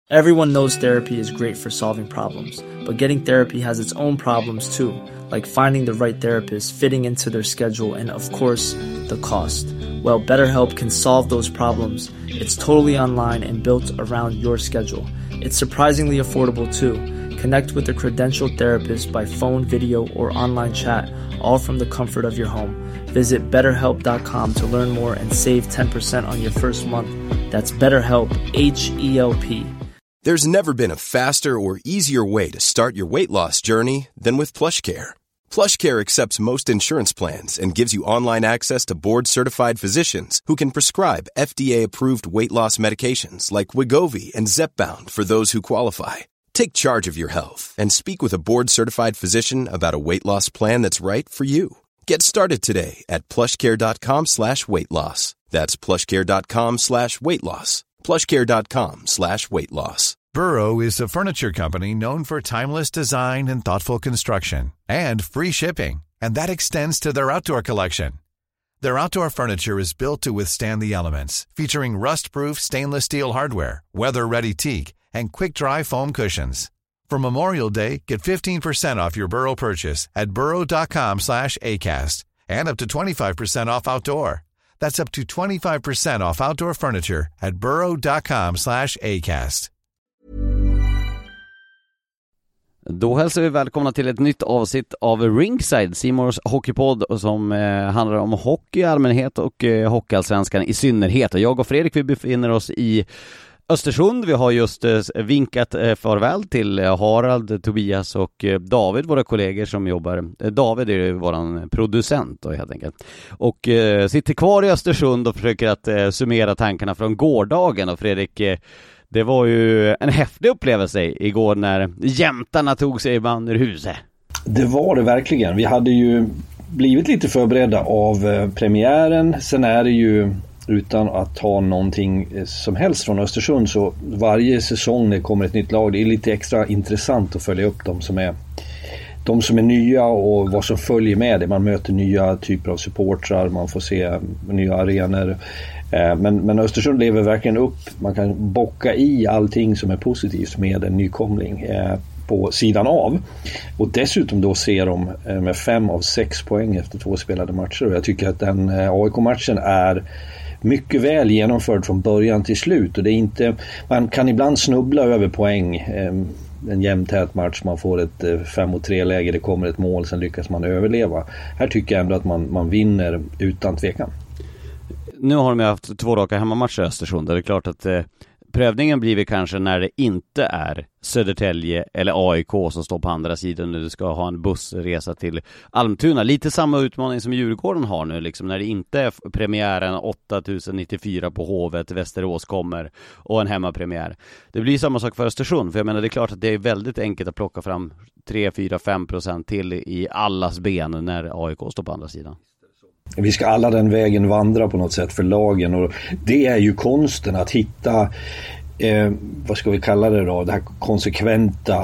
Everyone knows therapy is great for solving problems, but getting therapy has its own problems too, like finding the right therapist, fitting into their schedule, and of course, the cost. Well, BetterHelp can solve those problems. It's totally online and built around your schedule. It's surprisingly affordable too. Connect with a credentialed therapist by phone, video, or online chat, all from the comfort of your home. Visit BetterHelp.com to learn more and save 10% on your first month. That's BetterHelp, H-E-L-P. There's never been a faster or easier way to start your weight loss journey than with PlushCare. PlushCare accepts most insurance plans and gives you online access to board-certified physicians who can prescribe FDA-approved weight loss medications like Wegovy and Zepbound for those who qualify. Take charge of your health and speak with a board-certified physician about a weight loss plan that's right for you. Get started today at plushcare.com/weightloss. That's plushcare.com/weightloss. plushcare.com/weightloss. Burrow is a furniture company known for timeless design and thoughtful construction and free shipping, and that extends to their outdoor collection. Their outdoor furniture is built to withstand the elements, featuring rust-proof stainless steel hardware, weather-ready teak, and quick-dry foam cushions. For Memorial Day, get 15% off your Burrow purchase at burrow.com/acast and up to 25% off outdoor. That's up to 25% off outdoor furniture at burrow.com/acast. Då hälsar vi välkomna till ett nytt avsnitt av Ringside, C Mores hockeypodd som handlar om hockey i allmänhet och hockeyallsvenskan i synnerhet. Och jag och Fredrik, vi befinner oss i Östersund. Vi har just vinkat farväl till Harald, Tobias och David, våra kollegor som jobbar. David är ju våran producent då, helt enkelt. Och sitter kvar i Östersund och försöker att summera tankarna från gårdagen. Och Fredrik, det var ju en häftig upplevelse igår när jämtarna tog sig man ur huset. Det var det verkligen. Vi hade ju blivit lite förberedda av premiären. Sen är det ju, utan att ha någonting som helst från Östersund, så varje säsong när det kommer ett nytt lag, det är lite extra intressant att följa upp de som är nya och vad som följer med det. Man möter nya typer av supportrar, man får se nya arenor. Men Östersund lever verkligen upp. Man kan bocka i allting som är positivt med en nykomling på sidan av. Och dessutom då ser de med 5 av 6 poäng efter 2 spelade matcher. Och jag tycker att den AIK-matchen är mycket väl genomförd från början till slut. Och det är inte, man kan ibland snubbla över poäng. En jämntät match, man får ett 5-3 läge, det kommer ett mål, sen lyckas man överleva. Här tycker jag ändå att man vinner utan tvekan. Nu har de haft 2 raka hemmamatcher i Östersund. Det är klart att prövningen blir kanske när det inte är Södertälje eller AIK som står på andra sidan när du ska ha en bussresa till Almtuna. Lite samma utmaning som Djurgården har nu, liksom, när det inte är premiären 8094 på Hovet, Västerås kommer och en hemmapremiär. Det blir samma sak för Östersund, för jag menar det är klart att det är väldigt enkelt att plocka fram 3-4-5% till i allas ben när AIK står på andra sidan. Vi ska alla den vägen vandra på något sätt för lagen, och det är ju konsten att hitta vad ska vi kalla det då, det här konsekventa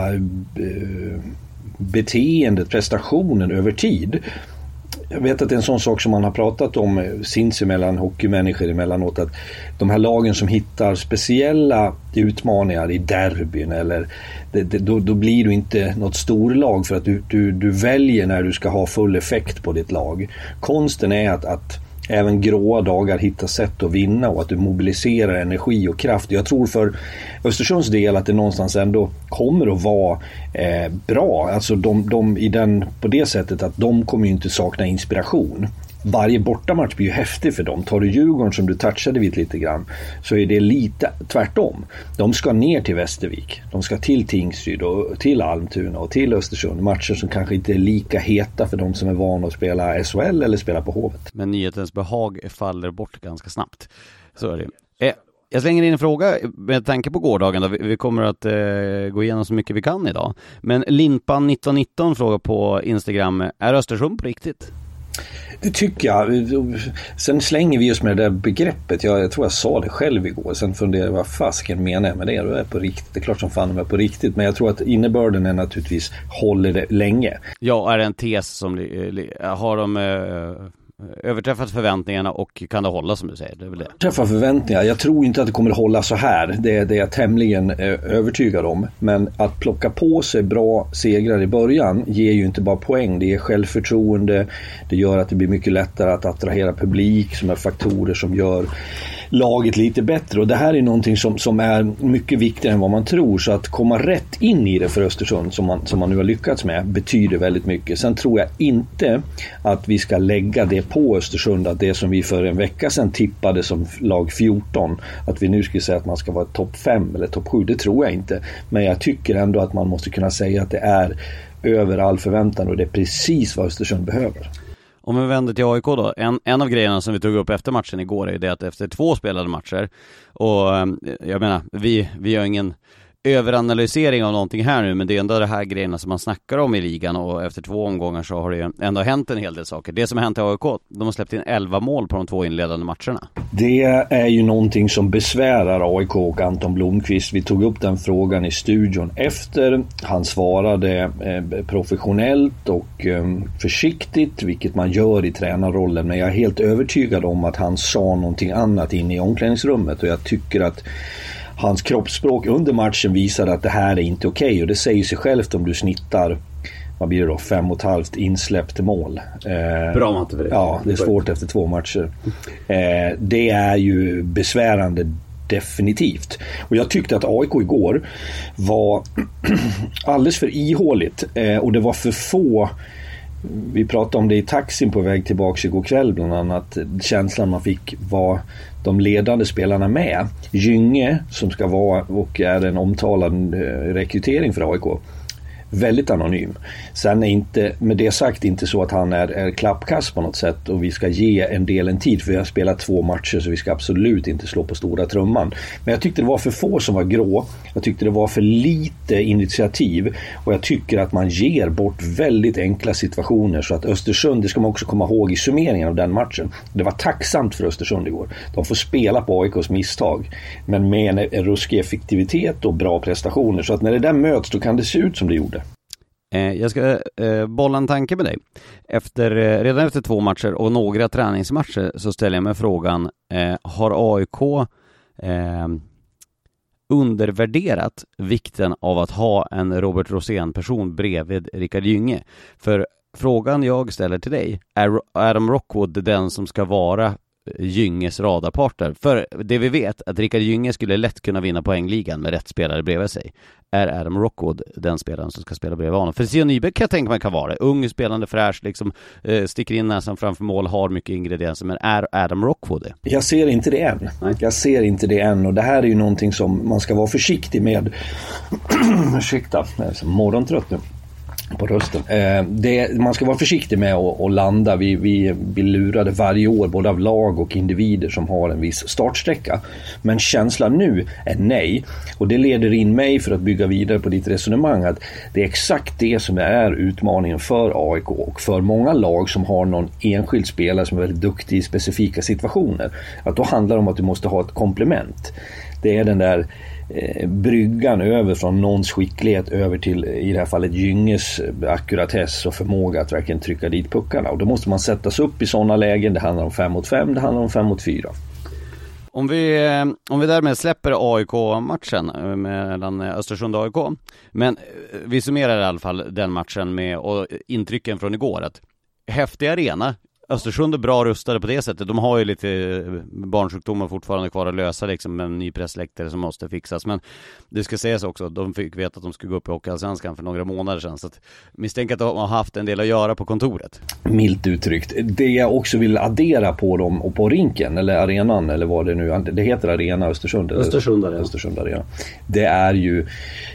beteendet, prestationen över tid. Jag vet att det är en sån sak som man har pratat om sinsemellan hockeymänniskor emellanåt, att de här lagen som hittar speciella utmaningar i derbyn eller då blir du inte något storlag för att du väljer när du ska ha full effekt på ditt lag. Konsten är att även gråa dagar hitta sätt att vinna och att du mobiliserar energi och kraft. Jag tror för Östersunds del att det någonstans ändå kommer att vara bra. Alltså de i den, på det sättet att de kommer ju inte sakna inspiration. Varje bortamatch blir ju häftig för dem. Tar du Djurgården som du touchade vid lite grann, så är det lite tvärtom. De ska ner till Västervik. De ska till Tingsryd och till Almtuna och till Östersund. Matcher som kanske inte är lika heta för de som är vana att spela SHL eller spela på Hovet. Men nyhetens behag faller bort ganska snabbt. Så är det. Jag slänger in en fråga med tanke på gårdagen då. Vi kommer att gå igenom så mycket vi kan idag. Men Limpan 1919 frågar på Instagram: är Östersund på riktigt? Det tycker jag. Sen slänger vi oss med det där begreppet. Jag tror jag sa det själv igår. Sen funderar jag, vad fasken menar jag med det? Det är på riktigt. Det är klart som fan de är på riktigt. Men jag tror att innebörden är naturligtvis håller det länge. Ja, är det en tes som har de överträffat förväntningarna och kan det hålla som du säger? Det är väl det. Träffa förväntningar. Jag tror inte att det kommer att hålla så här. Det är jag tämligen övertygad om. Men att plocka på sig bra segrar i början ger ju inte bara poäng. Det ger självförtroende. Det gör att det blir mycket lättare att attrahera publik, som är faktorer som gör laget lite bättre. Och det här är någonting som är mycket viktigare än vad man tror. Så att komma rätt in i det för Östersund som man nu har lyckats med betyder väldigt mycket. Sen tror jag inte att vi ska lägga det på Östersund, att det som vi för en vecka sedan tippade som lag 14, att vi nu skulle säga att man ska vara topp 5 eller topp 7, det tror jag inte. Men jag tycker ändå att man måste kunna säga att det är över all förväntan och det är precis vad Östersund behöver. Om vi vänder till AIK då, en av grejerna som vi tog upp efter matchen igår är det att efter 2 spelade matcher, och jag menar, vi gör ingen överanalysering av någonting här nu, men det är ändå det här grejerna som man snackar om i ligan, och efter 2 omgångar så har det ju ändå hänt en hel del saker. Det som har hänt i AIK, de har släppt in 11 mål på de 2 inledande matcherna. Det är ju någonting som besvärar AIK och Anton Blomqvist. Vi tog upp den frågan i studion efter. Han svarade professionellt och försiktigt, vilket man gör i tränarrollen, men jag är helt övertygad om att han sa någonting annat in i omklädningsrummet, och jag tycker att hans kroppsspråk under matchen visade att det här är inte okej. Och det säger sig självt om du snittar, vad blir det då, 5,5 insläppt mål. Bra matte för det. Ja, det är svårt efter 2 matcher. Det är ju besvärande, definitivt. Och jag tyckte att AIK igår var alldeles för ihåligt. Och det var för få. Vi pratade om det i taxin på väg tillbaka igår kväll bland annat. Känslan man fick var de ledande spelarna med. Gynge, som ska vara och är en omtalad rekrytering för AIK, väldigt anonym. Sen är inte, med det sagt, inte så att han är klappkast på något sätt, och vi ska ge en del en tid, för vi har spelat 2 matcher så vi ska absolut inte slå på stora trumman. Men jag tyckte det var för få som var grå. Jag tyckte det var för lite initiativ, och jag tycker att man ger bort väldigt enkla situationer, så att Östersund, det ska man också komma ihåg i summeringen av den matchen, det var tacksamt för Östersund igår. De får spela på AIKs misstag, men med en ruskig effektivitet och bra prestationer, så att när det där möts då kan det se ut som det gjorde. Jag ska bolla en tanke med dig. Redan efter 2 matcher och några träningsmatcher så ställer jag mig frågan, har AIK undervärderat vikten av att ha en Robert Rosén-person bredvid Rickard Gynge? För frågan jag ställer till dig, är Adam Rockwood den som ska vara Gynges radarpartner? För det vi vet, att Rickard Gynge skulle lätt kunna vinna poängligan med rätt spelare bredvid sig. Är Adam Rockwood den spelaren som ska spela bredvid honom? För Sion Nyberg kan jag tänka mig kan vara det. Ung, spelande, fräsch, liksom, sticker in nästan framför mål, har mycket ingredienser. Men är Adam Rockwood det? Jag ser inte det än. Nej. Jag ser inte det än, och det här är ju någonting som man ska vara försiktig med. Ursäkta, jag är så morgontrött nu på rösten. Man ska vara försiktig med att landa. Vi lurade varje år både av lag och individer som har en viss startsträcka. Men känslan nu är nej. Och det leder in mig, för att bygga vidare på ditt resonemang, att det är exakt det som är utmaningen för AIK och för många lag som har någon enskild spelare som är väldigt duktig i specifika situationer. Att då handlar det om att du måste ha ett komplement. Det är den där bryggan över från någons skicklighet över till, i det här fallet, Gynges akkuratess och förmåga att verkligen trycka dit puckarna. Och då måste man sättas upp i sådana lägen. Det handlar om 5 mot 5, det handlar om 5 mot 4. Om vi därmed släpper AIK-matchen mellan Östersund och AIK, men vi summerar i alla fall den matchen med och intrycken från igår, att häftig arena. Östersund är bra rustade på det sättet. De har ju lite barnsjukdomar fortfarande kvar att lösa, liksom, med en ny pressläktare som måste fixas. Men det ska sägas också, de fick veta att de skulle gå upp i Hockeyallsvenskan för några månader sedan. Så att misstänker att de har haft en del att göra på kontoret. Milt uttryckt. Det jag också vill addera på dem och på rinken, eller arenan, eller vad det nu, det heter arena Östersund. Östersund arena. Det är ju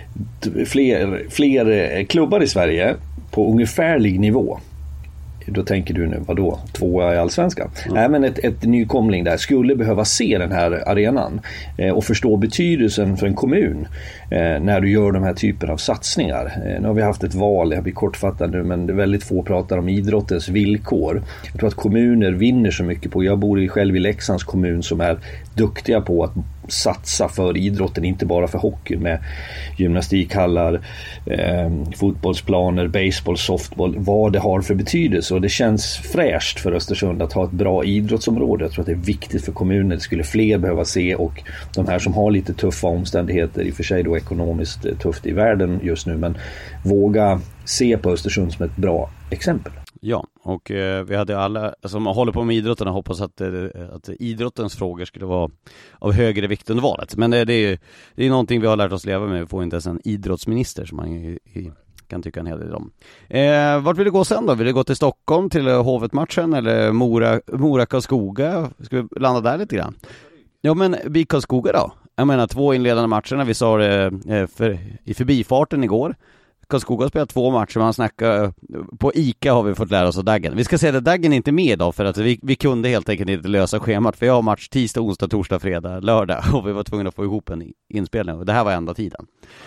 fler klubbar i Sverige på ungefärlig nivå. Då tänker du nu, vadå? 2 i Allsvenskan? Nej, men ett nykomling där skulle behöva se den här arenan och förstå betydelsen för en kommun när du gör de här typen av satsningar. Nu har vi haft ett val, jag blir kortfattad nu, men det är väldigt få pratar om idrottens villkor. Jag tror att kommuner vinner så mycket på, jag bor själv i Leksands kommun som är duktiga på att satsa för idrotten, inte bara för hockey, med gymnastikhallar, fotbollsplaner, baseball, softball, vad det har för betydelse. Och det känns fräscht för Östersund att ha ett bra idrottsområde. Jag tror att det är viktigt för kommunen, det skulle fler behöva se, och de här som har lite tuffa omständigheter, i och för sig då ekonomiskt tufft i världen just nu, men våga se på Östersund som ett bra exempel. Ja, och vi hade alla som håller på med idrotten och hoppas att idrottens frågor skulle vara av högre vikt under valet. Men det är någonting vi har lärt oss leva med. Vi får inte ens en idrottsminister som man kan tycka en hel del om. Vart vill du gå sen då? Vill du gå till Stockholm till Hovet-matchen eller Mora Karlskoga? Ska vi landa där lite grann? Ja, men BIK Karlskoga då? Jag menar 2 inledande matcherna. Vi sa det i förbifarten igår. Karlskoga har spelat 2 matcher, man snackar på ICA har vi fått lära oss av Daggen. Vi ska säga att Daggen är inte med idag för att vi kunde helt enkelt inte lösa schemat, för jag har match tisdag, onsdag, torsdag, fredag, lördag och vi var tvungna att få ihop en inspelning och det här var enda tiden.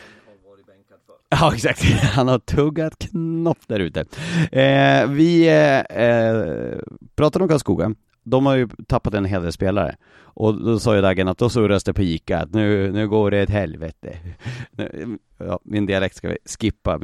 Ja, exakt. Han har tuggat knopp där ute. Vi pratade om Karlskoga. De har ju tappat en hel del spelare. Och då sa ju Daggen att då surras det på ICA att nu går det ett helvete. Ja, min dialekt ska vi skippa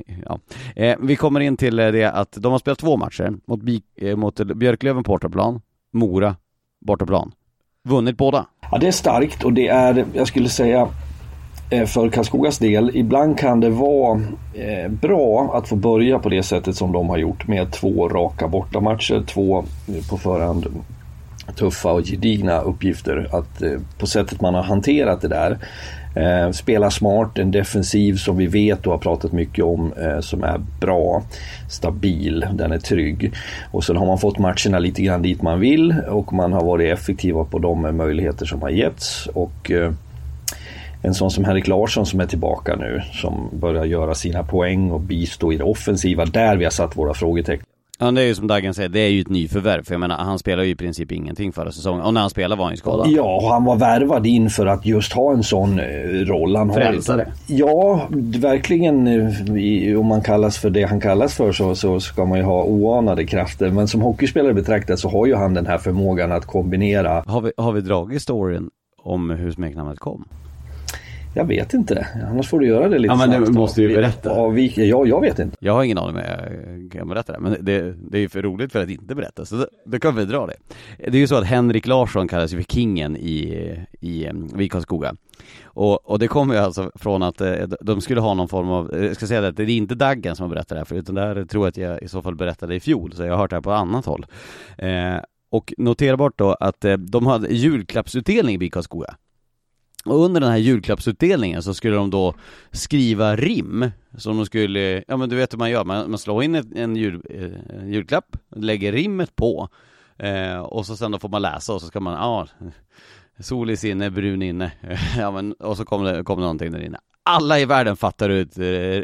vi kommer in till det att de har spelat 2 matcher mot Björklöven på bortaplan, Mora bortaplan. Vunnit båda. Ja, det är starkt, och det är, jag skulle säga, för Karlskogas del, ibland kan det vara bra att få börja på det sättet som de har gjort, med 2 raka bortamatcher, 2 på förhand tuffa och gedigna uppgifter, att på sättet man har hanterat det där, spela smart, en defensiv som vi vet och har pratat mycket om, som är bra, stabil, den är trygg, och sen har man fått matcherna lite grann dit man vill och man har varit effektiva på de möjligheter som har getts, och en sån som Henrik Larsson som är tillbaka nu, som börjar göra sina poäng och bistå i det offensiva, där vi har satt våra frågetecken. Ja, det är ju som Daggen säger, det är ju ett nyförvärv, för jag menar, han spelar ju i princip ingenting förra säsongen, och när han spelar var han ju skadad. Ja, och han var värvad in för att just ha en sån roll. Han frälsare. Ja, verkligen, om man kallas för det han kallas för, så ska man ju ha oanade krafter, men som hockeyspelare betraktat så har ju han den här förmågan att kombinera. Har vi dragit storyn om hur smeknamnet kom? Jag vet inte, annars får du göra det lite. Ja, men det måste ju berätta. Ja, jag vet inte. Jag har ingen aning, men jag kan berätta det. Men det är ju för roligt för att inte berätta, så då kan vi dra det. Det är ju så att Henrik Larsson kallas ju för kingen i BIK Karlskoga. Och det kommer ju alltså från att de skulle ha någon form av, jag ska säga att det är inte Daggen som har berättat det här, för utan det här tror jag att jag i så fall berättade i fjol, så jag har hört det här på annat håll. Och noterbart då att de hade julklappsutdelning i BIK Karlskoga. Och under den här julklappsutdelningen så skulle de då skriva rim som de skulle, ja men du vet hur man gör, man slår in en julklapp, lägger rimmet på och så sen då får man läsa och så ska man, sol i sinne, brun inne, ja men, och så kommer det någonting där inne. Alla i världen fattar ut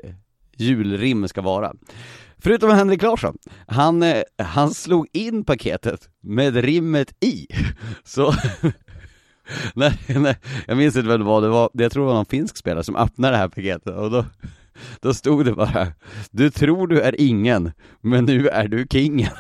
julrim ska vara. Förutom Henrik Larsson, han slog in paketet med rimmet i, så... Nej, jag minns inte väl vad det var. Jag tror det var någon finsk spelare som öppnade det här paketet, och då stod det bara: du tror du är ingen, men nu är du kingen.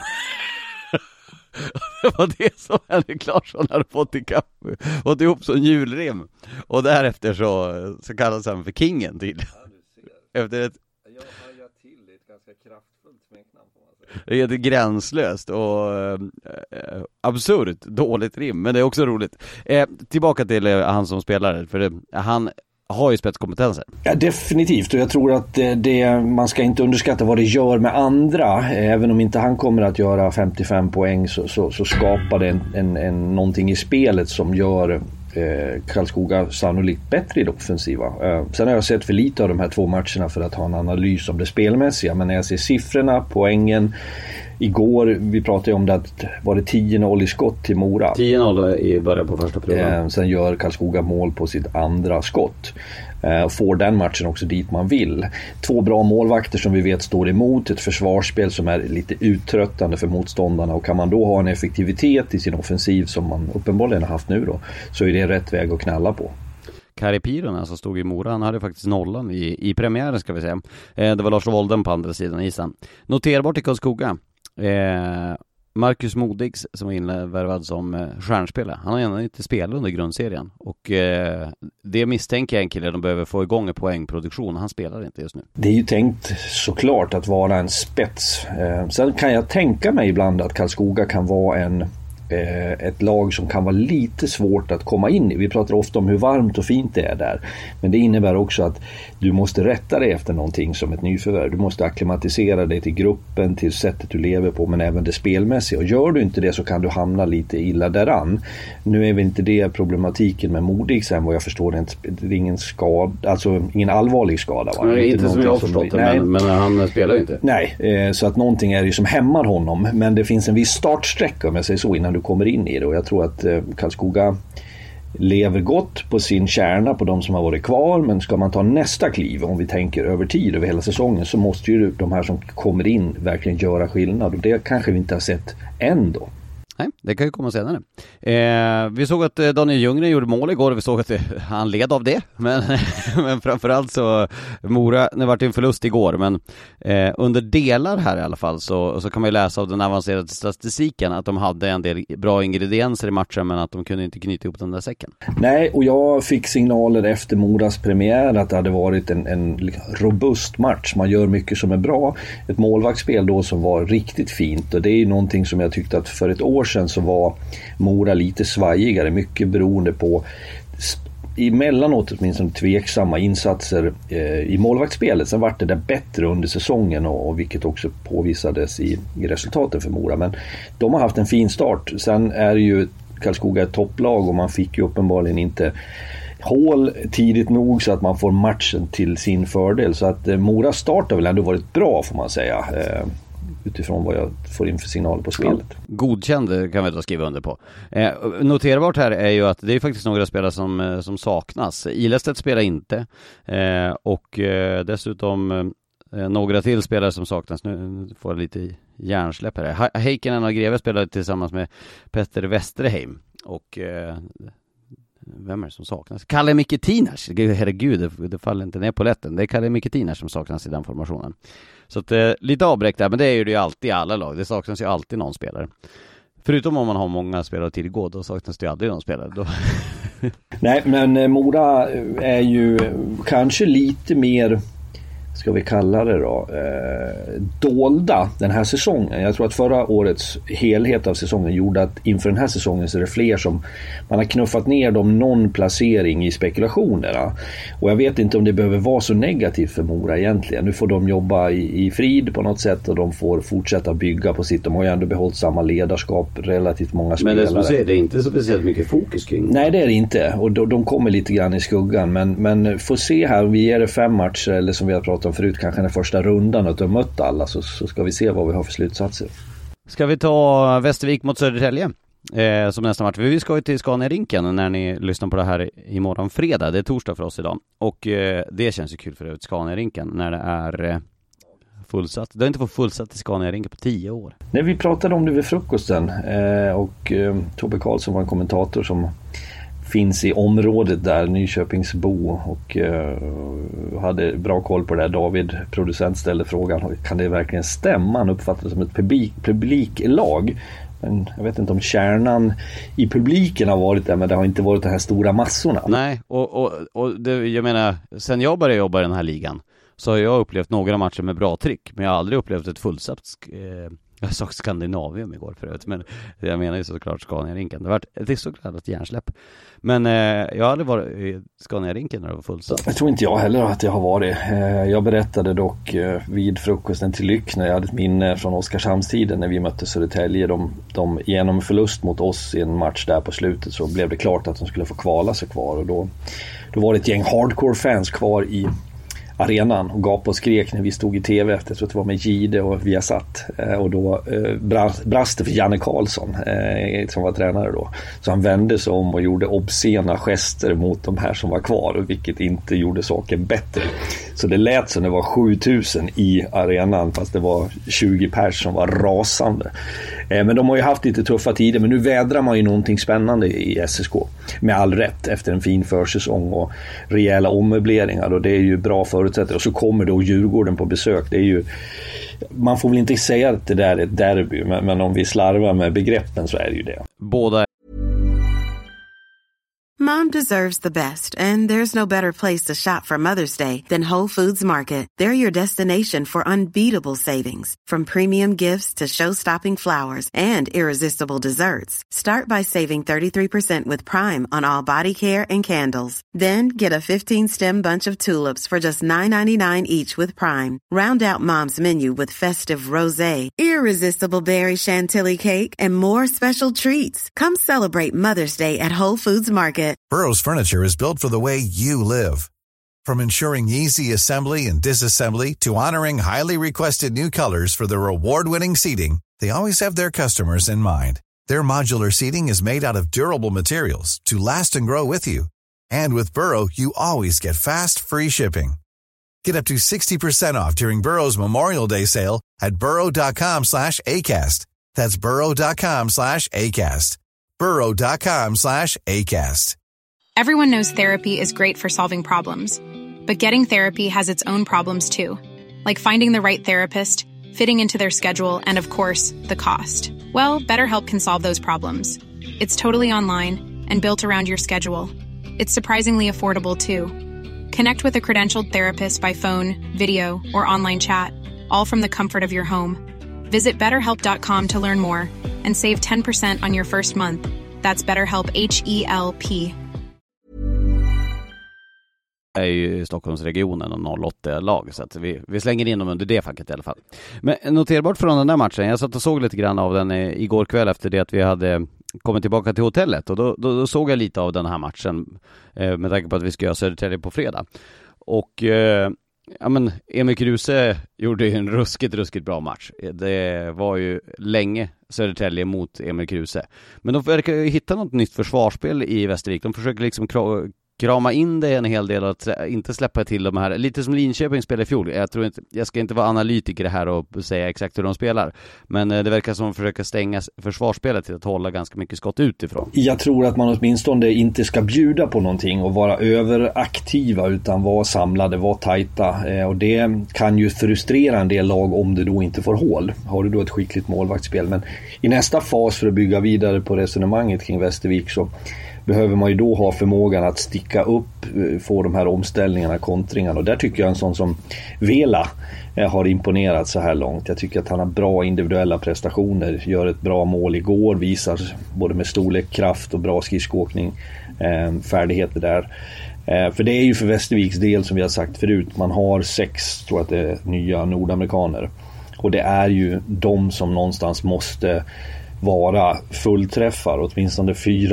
Det var det som Henrik Larsson hade fått ihop som julrim. Och därefter så kallas han för kingen till. Efter ett... Jag hajar till det, ett ganska kraftfullt smeknamn. Det är gränslöst och absurt dåligt rim, men det är också roligt. Tillbaka till han som spelare, för han har ju spetskompetenser. Ja, definitivt, och jag tror att man ska inte underskatta vad det gör med andra. Även om inte han kommer att göra 55 poäng så skapar det någonting i spelet som gör Karlskoga sannolikt bättre i det offensiva. Sen har jag sett för lite av de här 2 matcherna för att ha en analys om det spelmässiga, men när jag ser siffrorna, poängen igår, vi pratade ju om det, att var det 10-0 i skott till Mora. 10-0 i början på första perioden. Sen gör Karlskoga mål på sitt andra skott. Får den matchen också dit man vill. 2 bra målvakter som vi vet står emot ett försvarsspel som är lite uttröttande för motståndarna, och kan man då ha en effektivitet i sin offensiv som man uppenbarligen har haft nu då, så är det rätt väg att knalla på. Kari Pironen som stod i Mora, han hade faktiskt nollan i premiären, ska vi säga. Det var Lars Wolden på andra sidan isen. Noterbart i Karlskoga. Marcus Modigs som var invärvad som stjärnspelare. Han har ännu inte spelat under grundserien. Och det misstänker jag en kille de behöver få igång en poängproduktion. Han spelar inte just nu. Det är ju tänkt såklart att vara en spets. Sen kan jag tänka mig ibland att Karlskoga kan vara ett lag som kan vara lite svårt att komma in i. Vi pratar ofta om hur varmt och fint det är där. Men det innebär också att du måste rätta dig efter någonting som ett nyförvärv. Du måste akklimatisera dig till gruppen, till sättet du lever på, men även det spelmässiga. Och gör du inte det så kan du hamna lite illa däran. Nu är väl inte det problematiken med Modig sen vad jag förstår. Det är ingen skada, alltså ingen allvarlig skada. Va? Nej, inte som jag har förstått det, men han spelar ju inte. Nej, så att någonting är ju som hämmar honom. Men det finns en viss startsträcka om jag säger så innan du kommer in i det, och jag tror att Karlskoga lever gott på sin kärna, på de som har varit kvar, men ska man ta nästa kliv, om vi tänker över tid, över hela säsongen, så måste ju de här som kommer in verkligen göra skillnad, och det kanske vi inte har sett än då. Nej, det kan ju komma senare. Vi såg att Daniel Ljunggren gjorde mål igår och vi såg att han led av det. Men framförallt så Mora, det var en förlust igår. Men under delar här i alla fall så kan man ju läsa av den avancerade statistiken att de hade en del bra ingredienser i matchen, men att de kunde inte knyta ihop den där säcken. Nej, och jag fick signaler efter Moras premiär att det hade varit en robust match. Man gör mycket som är bra. Ett målvaktsspel då som var riktigt fint, och det är ju någonting som jag tyckte att för ett år sedan så var Mora lite svajigare, mycket beroende på emellanåt åtminstone tveksamma insatser i målvaktsspelet. Sen var det där bättre under säsongen, och vilket också påvisades i resultaten för Mora. Men de har haft en fin start. Sen är ju Karlskoga ett topplag, och man fick ju uppenbarligen inte hål tidigt nog så att man får matchen till sin fördel. Så att Moras start har väl ändå varit bra, får man säga, utifrån vad jag får in för signaler på spelet. Ja, godkänd kan vi då skriva under på. Noterbart här är ju att det är faktiskt några spelare som saknas. Ilestedt spelar inte. Och dessutom några till spelare som saknas. Nu får jag lite hjärnsläpp här. Heikkinen och Greve spelar tillsammans med Petter Westerheim. Och vem är det som saknas? Kalle Miketinas. Herregud, det faller inte ner på lätten. Det är Kalle Miketinas som saknas i den formationen. Så att, lite avbräckt där, men det är ju alltid i alla lag. Det saknas ju alltid någon spelare. Förutom om man har många spelare att tillgå, då saknas det ju aldrig någon spelare. Då... Nej, men Mora är ju kanske lite mer, ska vi kalla det då, dolda den här säsongen. Jag tror att förra årets helhet av säsongen gjorde att inför den här säsongen så är det fler som man har knuffat ner dem någon placering i spekulationerna. Och jag vet inte om det behöver vara så negativt för Mora egentligen. Nu får de jobba i frid på något sätt, och de får fortsätta bygga på sitt. De har ju ändå behållit samma ledarskap, relativt många spelare. Men det som du säger, det är inte så speciellt mycket fokus kring. Nej, det är det inte. Och de kommer lite grann i skuggan. Men får se här, vi ger det 5 matcher, eller som vi har pratat om förut, kanske den första rundan, att de mött alla, så ska vi se vad vi har för slutsatser. Ska vi ta Västervik mot Södertälje som nästa match? Vi ska ju till Scania-rinken när ni lyssnar på det här imorgon fredag. Det är torsdag för oss idag. Och det känns ju kul för övrigt, Scania-rinken, när det är fullsatt. Det har inte fått fullsatt i Scania-rinken på 10 år. Nej, vi pratade om det vid frukosten och Tobbe Karlsson var en kommentator som finns i området där, Nyköpingsbo, och hade bra koll på det där. David, producent, ställde frågan, kan det verkligen stämma? Han uppfattade det som ett publiklag. Men jag vet inte om kärnan i publiken har varit där, men det har inte varit de här stora massorna. Nej, och det, jag menar, sen jag började jobba i den här ligan så har jag upplevt några matcher med bra tryck, men jag har aldrig upplevt ett fullsatt. Jag sa Skandinavium igår förut, men jag menar ju såklart Scania-rinken. Det var ett såklart hjärnsläpp. Men jag hade varit i Scania-rinken när det var fullsatt. Jag tror inte jag heller att jag har varit. Jag berättade dock vid frukosten till Lyck när jag hade ett minne från Oskarshamnstiden när vi mötte Södertälje. De genom förlust mot oss i en match där på slutet så blev det klart att de skulle få kvala sig kvar. Och då var det ett gäng hardcore-fans kvar i arenan och gapade och skrek när vi stod i tv efter, jag tror att det var med Gide och Viasat, och då brast det för Janne Karlsson som var tränare då, så han vände sig om och gjorde obscena gester mot de här som var kvar, vilket inte gjorde saken bättre. Så det lät som det var 7000 i arenan, fast det var 20 pers som var rasande. Men de har ju haft lite tuffa tider, men nu vädrar man ju någonting spännande i SSK. Med all rätt, efter en fin försäsong och rejäla ommöbleringar, och det är ju bra förutsättningar. Och så kommer då Djurgården på besök. Det är ju, man får väl inte säga att det där är ett derby, men om vi slarvar med begreppen så är det ju det. Båda. Mom deserves the best, and there's no better place to shop for Mother's Day than Whole Foods Market. They're your destination for unbeatable savings, from premium gifts to show-stopping flowers and irresistible desserts. Start by saving 33% with Prime on all body care and candles. Then get a 15-stem bunch of tulips for just $9.99 each with Prime. Round out Mom's menu with festive rosé, irresistible berry chantilly cake, and more special treats. Come celebrate Mother's Day at Whole Foods Market. Burrow's furniture is built for the way you live. From ensuring easy assembly and disassembly to honoring highly requested new colors for their award-winning seating, they always have their customers in mind. Their modular seating is made out of durable materials to last and grow with you. And with Burrow, you always get fast, free shipping. Get up to 60% off during Burrow's Memorial Day sale at burrow.com/ACAST. That's burrow.com/ACAST. burrow.com/ACAST. Everyone knows therapy is great for solving problems, but getting therapy has its own problems too, like finding the right therapist, fitting into their schedule, and of course, the cost. Well, BetterHelp can solve those problems. It's totally online and built around your schedule. It's surprisingly affordable too. Connect with a credentialed therapist by phone, video, or online chat, all from the comfort of your home. Visit BetterHelp.com to learn more and save 10% on your first month. That's BetterHelp, H-E-L-P. Är ju Stockholmsregionen och 08-lag, så att vi slänger in dem under det facket i alla fall. Men noterbart från den där matchen, jag satt och såg lite grann av den igår kväll efter det att vi hade kommit tillbaka till hotellet, och då såg jag lite av den här matchen med tanke på att vi ska göra Södertälje på fredag. Och ja, men Emil Kruse gjorde ju en ruskigt bra match. Det var ju länge Södertälje mot Emil Kruse. Men de verkar ju hitta något nytt försvarsspel i Västervik. De försöker liksom krama in det en hel del och inte släppa till de här, lite som Linköping spelade i fjol. Jag ska inte vara analytiker här och säga exakt hur de spelar, men det verkar som att de försöker stänga försvarsspelet till att hålla ganska mycket skott utifrån. Jag tror att man åtminstone inte ska bjuda på någonting och vara överaktiva, utan vara samlade, vara tajta, och det kan ju frustrera en del lag om du då inte får hål. Har du då ett skickligt målvaktsspel, men i nästa fas, för att bygga vidare på resonemanget kring Västervik, så behöver man ju då ha förmågan att sticka upp, få de här omställningarna, kontringarna. Och där tycker jag en sån som Vela har imponerat så här långt. Jag tycker att han har bra individuella prestationer, gör ett bra mål igår, visar både med storlek, kraft och bra skridskoåkning, färdigheter där. För det är ju för Västerviks del, som vi har sagt förut, man har 6, tror jag att det är, nya nordamerikaner. Och det är ju de som någonstans måste vara fullträffar, åtminstone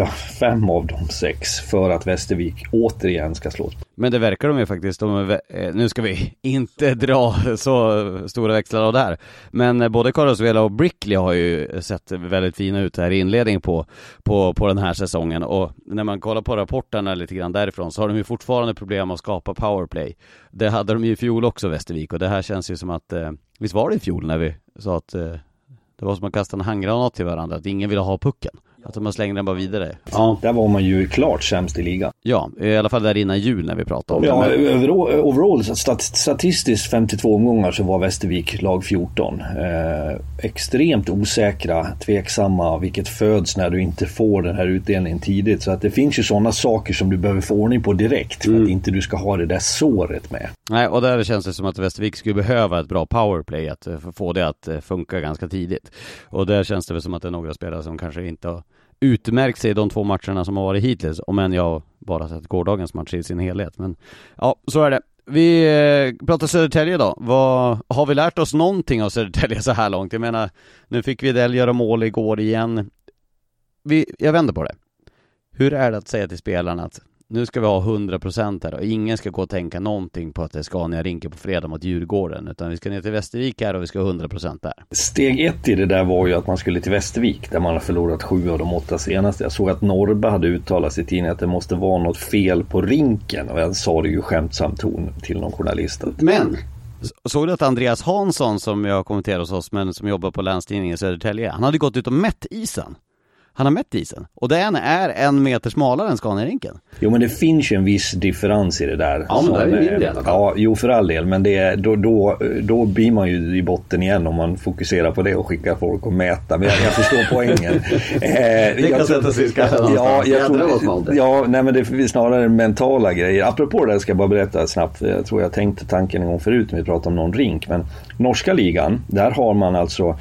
4-5 av de 6, för att Västervik återigen ska slås. Men det verkar de ju faktiskt, nu ska vi inte dra så stora växlar av det här, men både Karlsvela och Brickley har ju sett väldigt fina ut här i inledningen på den här säsongen, och när man kollar på rapporterna lite grann därifrån, så har de ju fortfarande problem att skapa powerplay. Det hade de ju i fjol också, Västervik, och det här känns ju som att, visst var det i fjol när vi sa att det var som att kasta en handgranat till varandra, att ingen ville ha pucken, att man slängde den bara vidare. Ja, där var man ju klart sämst i ligan. Ja, i alla fall där innan jul när vi pratade om det. Ja, overall statistiskt 52 omgångar så var Västervik lag 14. Extremt osäkra, tveksamma, vilket föds när du inte får den här utdelningen tidigt. Så att det finns ju sådana saker som du behöver få ordning på direkt, för att inte du ska ha det där såret med. Nej, och där känns det som att Västervik skulle behöva ett bra powerplay, att få det att funka ganska tidigt. Och där känns det väl som att det är några spelare som kanske inte har utmärkt sig i de 2 matcherna som har varit hittills, om än jag bara sett gårdagens match i sin helhet. Men ja, så är det. Vi pratar Södertälje då. Har vi lärt oss någonting av Södertälje så här långt? Jag menar, nu fick vi Widell göra mål igår igen. Jag vänder på det. Hur är det att säga till spelarna att nu ska vi ha 100% här och ingen ska gå och tänka någonting på att det är Scania-Rinken på fredag mot Djurgården, utan vi ska ner till Västervik här och vi ska ha 100% där. Steg 1 i det där var ju att man skulle till Västervik där man har förlorat 7 av de 8 senaste. Jag såg att Norrba hade uttalat i tidningen att det måste vara något fel på rinken, och jag sa det ju skämtsamt ton till någon journalist. Men såg du att Andreas Hansson, som jag kommenterar hos oss men som jobbar på Länstidningen i Södertälje, han hade gått ut och mätt isen. Han har mätt isen. Och den är 1 meter smalare än Scania-rinken. Jo, men det finns ju en viss differens i det där. Ja, men det är ju mindre i alla fall. Ja, jo, för all del. Men det är, då blir man ju i botten igen om man fokuserar på det och skickar folk och mäta. Men jag förstår poängen. Det kan sätta sig i skallen. Nej, men det är snarare mentala grejer. Apropå det ska jag bara berätta snabbt. Jag tror jag tänkte tanken en gång förut när vi pratade om någon rink. Men norska ligan, där har man alltså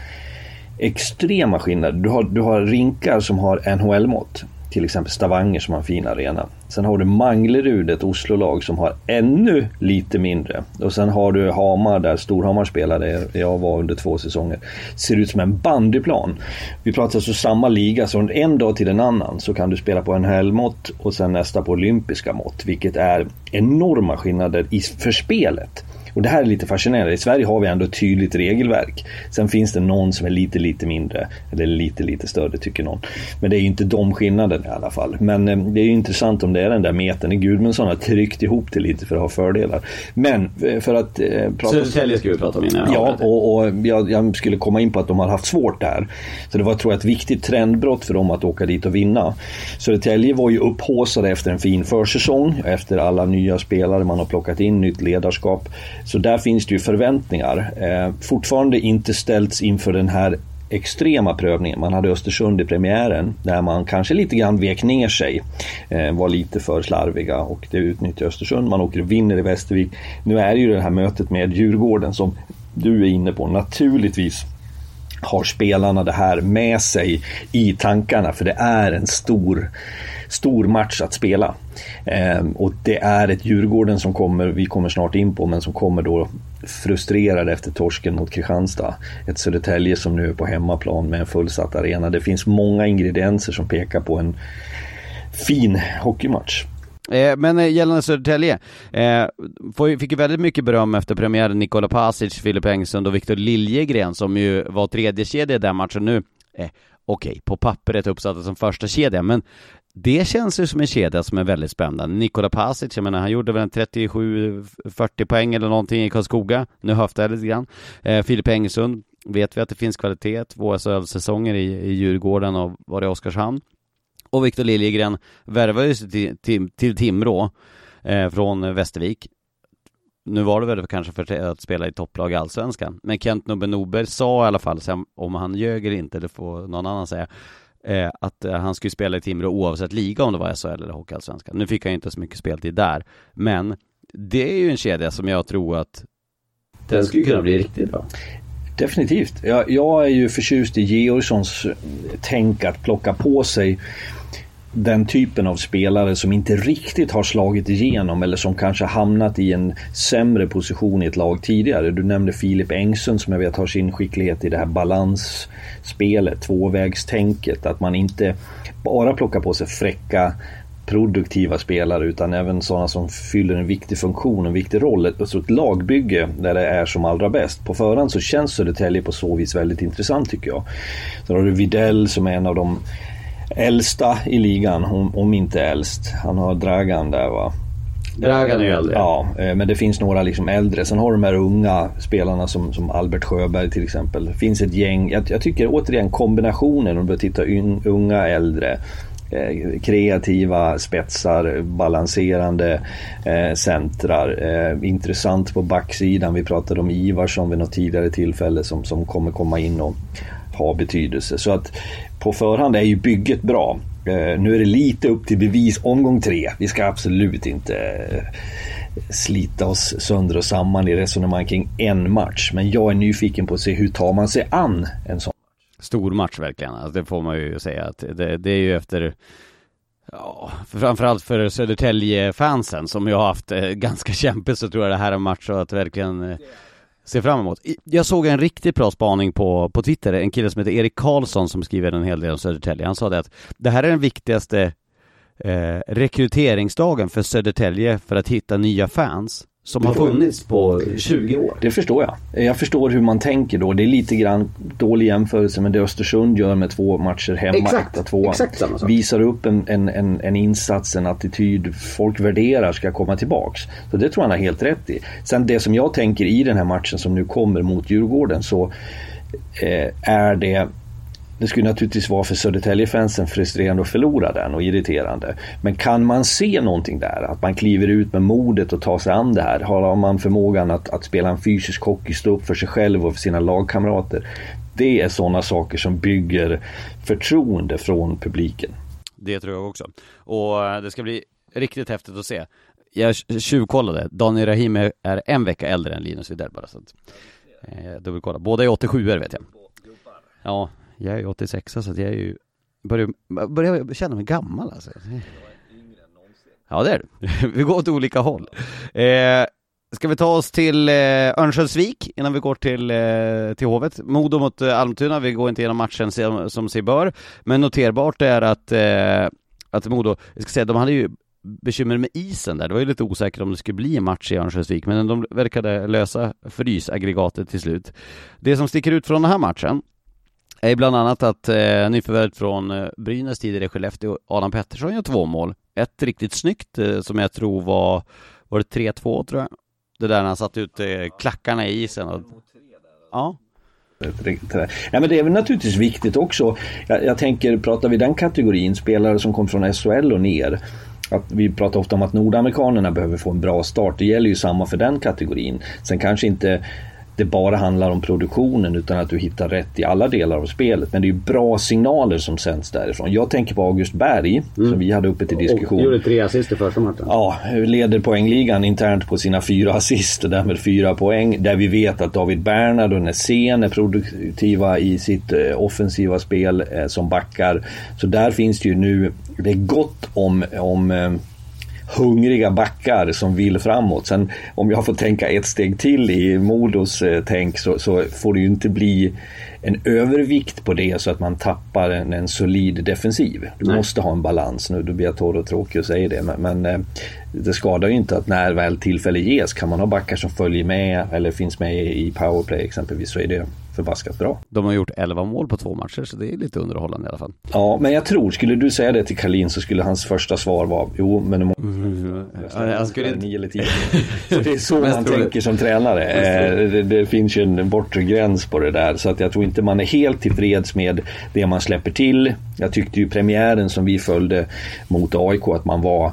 extrema skillnader. Du har rinkar som har NHL-mått. Till exempel Stavanger som har en fin arena. Sen har du Manglerud, ett Oslo-lag som har ännu lite mindre. Och sen har du Hamar där Storhamar spelade. Jag var under 2 säsonger. Ser ut som en bandyplan. Vi pratar alltså samma liga. Så en dag till en annan så kan du spela på NHL-mått och sen nästa på olympiska mått. Vilket är enorma skillnader för spelet. Och det här är lite fascinerande. I Sverige har vi ändå ett tydligt regelverk. Sen finns det någon som är lite mindre. Eller lite större tycker någon. Men det är ju inte de skillnaderna i alla fall. Men det är ju intressant om det är den där metern. Gudmundsson har tryckt ihop det lite för att ha fördelar. Men för att prata... Södertälje ska vi prata om innan. Ja, och jag skulle komma in på att de har haft svårt där. Så det var, tror jag, ett viktigt trendbrott för dem att åka dit och vinna. Södertälje var ju upphåsade efter en fin försäsong. Efter alla nya spelare man har plockat in, nytt ledarskap. Så där finns det ju förväntningar. Fortfarande inte ställts inför den här extrema prövningen. Man hade Östersund i premiären där man kanske lite grann vek ner sig. Var lite för slarviga och det utnyttjar Östersund. Man åker och vinner i Västervik. Nu är det ju det här mötet med Djurgården som du är inne på. Naturligtvis har spelarna det här med sig i tankarna, för det är en stor match att spela. Och det är ett Djurgården som vi kommer snart in på, men som kommer då frustrerade efter torsken mot Kristianstad. Ett Södertälje som nu är på hemmaplan med en fullsatt arena. Det finns många ingredienser som pekar på en fin hockeymatch. Men gällande Södertälje fick ju väldigt mycket beröm efter premiären. Nikola Pasic, Filip Engsund och Victor Liljegren som ju var tredje kedja i den matchen nu. Okej, på pappret uppsatta som första kedja, men det känns ju som en kedja som är väldigt spännande. Nikola Pasic, jag menar, han gjorde väl en 37-40 poäng eller någonting i Karlskoga. Nu höftar jag lite grann. Filip Engsund, vet vi att det finns kvalitet. 2 SHL-säsonger i Djurgården och var det Oskarshamn. Och Victor Liljegren värvades till Timrå från Västervik. Nu var det väl kanske för att spela i topplag i Allsvenskan. Men Kent Nubbe Norberg sa i alla fall, om han ljög eller inte, det får någon annan säga, att han skulle spela i Timrå oavsett liga, om det var SHL eller Hockeyallsvenskan. Nu fick han inte så mycket speltid där. Men det är ju en kedja som jag tror att den skulle kunna bli riktigt bra. Definitivt. Jag är ju förtjust i Georgssons tänk att plocka på sig den typen av spelare som inte riktigt har slagit igenom eller som kanske hamnat i en sämre position i ett lag tidigare. Du nämnde Filip Engsund som jag vet har sin skicklighet i det här balansspelet, tvåvägstänket, att man inte bara plockar på sig fräcka produktiva spelare utan även sådana som fyller en viktig funktion, en viktig roll, alltså ett lagbygge där det är som allra bäst. På förhand så känns Södertälje på så vis väldigt intressant tycker jag. Så har du Videll som är en av de äldsta i ligan, om inte äldst. Han har Dragan där, va? Dragan är ju äldre. Ja, men det finns några liksom äldre. Sen har de här unga spelarna som Albert Sjöberg till exempel. Det finns ett gäng. Jag tycker återigen kombinationen, om du tittar unga, äldre, kreativa spetsar, balanserande centrar, intressant på backsidan. Vi pratade om Ivarsson vid något tidigare tillfälle som kommer komma in och ha betydelse. Så att på förhand är ju bygget bra. Nu är det lite upp till bevis omgång 3. Vi ska absolut inte slita oss sönder och samman i resonemang kring en match. Men jag är nyfiken på att se hur tar man sig an en sån stor match verkligen. Alltså det får man ju säga att det är ju efter, ja, framförallt för Södertälje-fansen som ju har haft ganska kämpigt, så tror jag det här är en match att verkligen se fram emot. Jag såg en riktigt bra spaning på Twitter, en kille som heter Erik Karlsson som skriver en hel del om Södertälje. Han sa det att det här är den viktigaste rekryteringsdagen för Södertälje för att hitta nya fans som har funnits på 20 år. Det förstår jag. Jag förstår hur man tänker då. Det är lite grann dålig jämförelse med det Östersund gör med 2 matcher hemma. Exakt samma sak. Visar upp en insats, en attityd folk värderar ska komma tillbaks. Så det tror jag han har helt rätt i. Sen det som jag tänker i den här matchen som nu kommer mot Djurgården, så är det skulle naturligtvis vara för Södertälje-fansen frustrerande att förlora den och irriterande. Men kan man se någonting där? Att man kliver ut med modet och tar sig an det här? Har man förmågan att spela en fysisk hockey, stå upp för sig själv och för sina lagkamrater? Det är sådana saker som bygger förtroende från publiken. Det tror jag också. Och det ska bli riktigt häftigt att se. Jag tjuvkollade. Daniel Rahim är en vecka äldre än Linus Widell bara. Så att, dubbelkolla. Båda är 87 vet jag. Ja. Jag är 86 så att jag är ju börjar känna mig gammal alltså. Ja, det är det. Vi går åt olika håll. Ska vi ta oss till Örnsköldsvik innan vi går till Hovet. Modo mot Almtuna. Vi går inte igenom matchen som sig bör. Men noterbart är att Modo, jag ska säga, de hade ju bekymmer med isen där. Det var ju lite osäkert om det skulle bli en match i Örnsköldsvik, men de verkade lösa frysaggregatet till slut. Det som sticker ut från den här matchen är bland annat att nyförvärvet från Brynäs tidigare Skellefteå, Adam Pettersson gör 2 mål. Ett riktigt snyggt som jag tror var det 3-2 tror jag. Det där när han satt ut klackarna i isen. Ja. Nej, men det är väl naturligtvis viktigt också. Jag tänker, pratar vi den kategorin spelare som kom från SHL och ner, att vi pratar ofta om att nordamerikanerna behöver få en bra start. Det gäller ju samma för den kategorin. Sen kanske inte det bara handlar om produktionen utan att du hittar rätt i alla delar av spelet. Men det är ju bra signaler som sänds därifrån. Jag tänker på August Berg som vi hade uppe till diskussion. Och gjorde 3 assist i första matchen. Ja, leder poängligan internt på sina 4 assist och därmed 4 poäng. Där vi vet att David Bernhard och Nässén är produktiva i sitt offensiva spel som backar. Så där finns det ju nu, det är gott om hungriga backar som vill framåt. Sen om jag får tänka ett steg till i Modos tänk så får det ju inte bli en övervikt på det så att man tappar en solid defensiv. Du måste ha en balans nu. Då blir jag torr och tråkig att säga det. Men det skadar ju inte att när väl tillfälle ges kan man ha backar som följer med eller finns med i powerplay exempelvis, så är det förbaskat bra. De har gjort 11 mål på 2 matcher så det är lite underhållande i alla fall. Ja, men jag tror, skulle du säga det till Karlin så skulle hans första svar vara jo, men det jag skulle inte 9 eller 10. Så det är så man tänker som tränare. Det finns ju en bortre gräns på det där, så att jag tror inte man är helt tillfreds med det man släpper till. Jag tyckte ju premiären som vi följde mot AIK att man var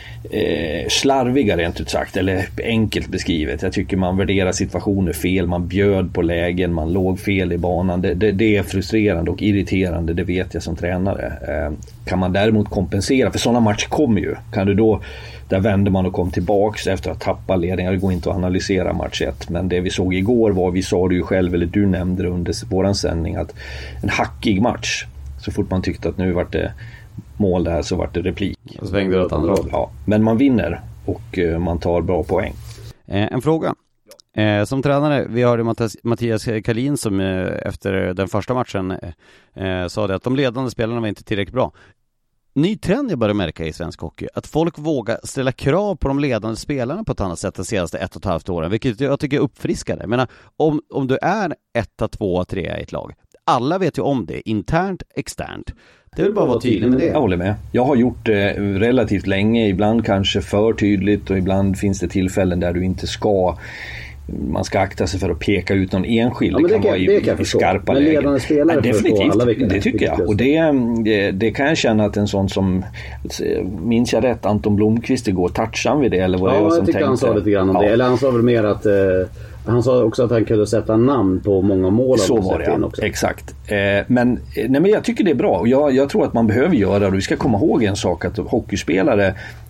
slarviga rent ut sagt, eller enkelt beskrivet. Jag tycker man värderar situationer fel, man bjöd på lägen, man låg fel i banan. Det är frustrerande och irriterande, det vet jag som tränare. Kan man däremot kompensera, för sådana matcher kommer ju, kan du då, där vänder man och kom tillbaks efter att tappa ledningar. Det går inte att analysera match 1, men det vi såg igår var, vi sa det ju själv, eller du nämnde det under våran sändning, att en hackig match, så fort man tyckte att nu var det mål där så vart det replik. Och svängde det åt andra håll. Ja, men man vinner och man tar bra poäng. En fråga. Som tränare, vi har Mattias Karlin som efter den första matchen sa det att de ledande spelarna var inte tillräckligt bra. Ny trend jag börjar märka i svensk hockey, att folk vågar ställa krav på de ledande spelarna på ett annat sätt de senaste 1,5 åren, vilket jag tycker är uppfriskande. Jag menar, om du är 1, 2, 3 i ett lag, alla vet ju om det, internt, externt. Det vill bara vara tydlig med det. Jag håller med. Jag har gjort det relativt länge, ibland kanske för tydligt och ibland finns det tillfällen där du inte ska, man ska akta sig för att peka ut någon enskild. Ja, det kan vara i skarpa lägen. Men ledande spelare definitivt, det tycker jag. Och det kan jag känna att en sån som, minns jag rätt, Anton Blomqvist igår, touchade vid det, eller vad det var som tänkte. Ja, jag tycker han sa lite grann om det. Eller han sa väl mer att han sa också att han kunde sätta namn på många mål. Så var det, också. Exakt. Men jag tycker det är bra. Och jag tror att man behöver göra det. Vi ska komma ihåg en sak, att hockeyspelare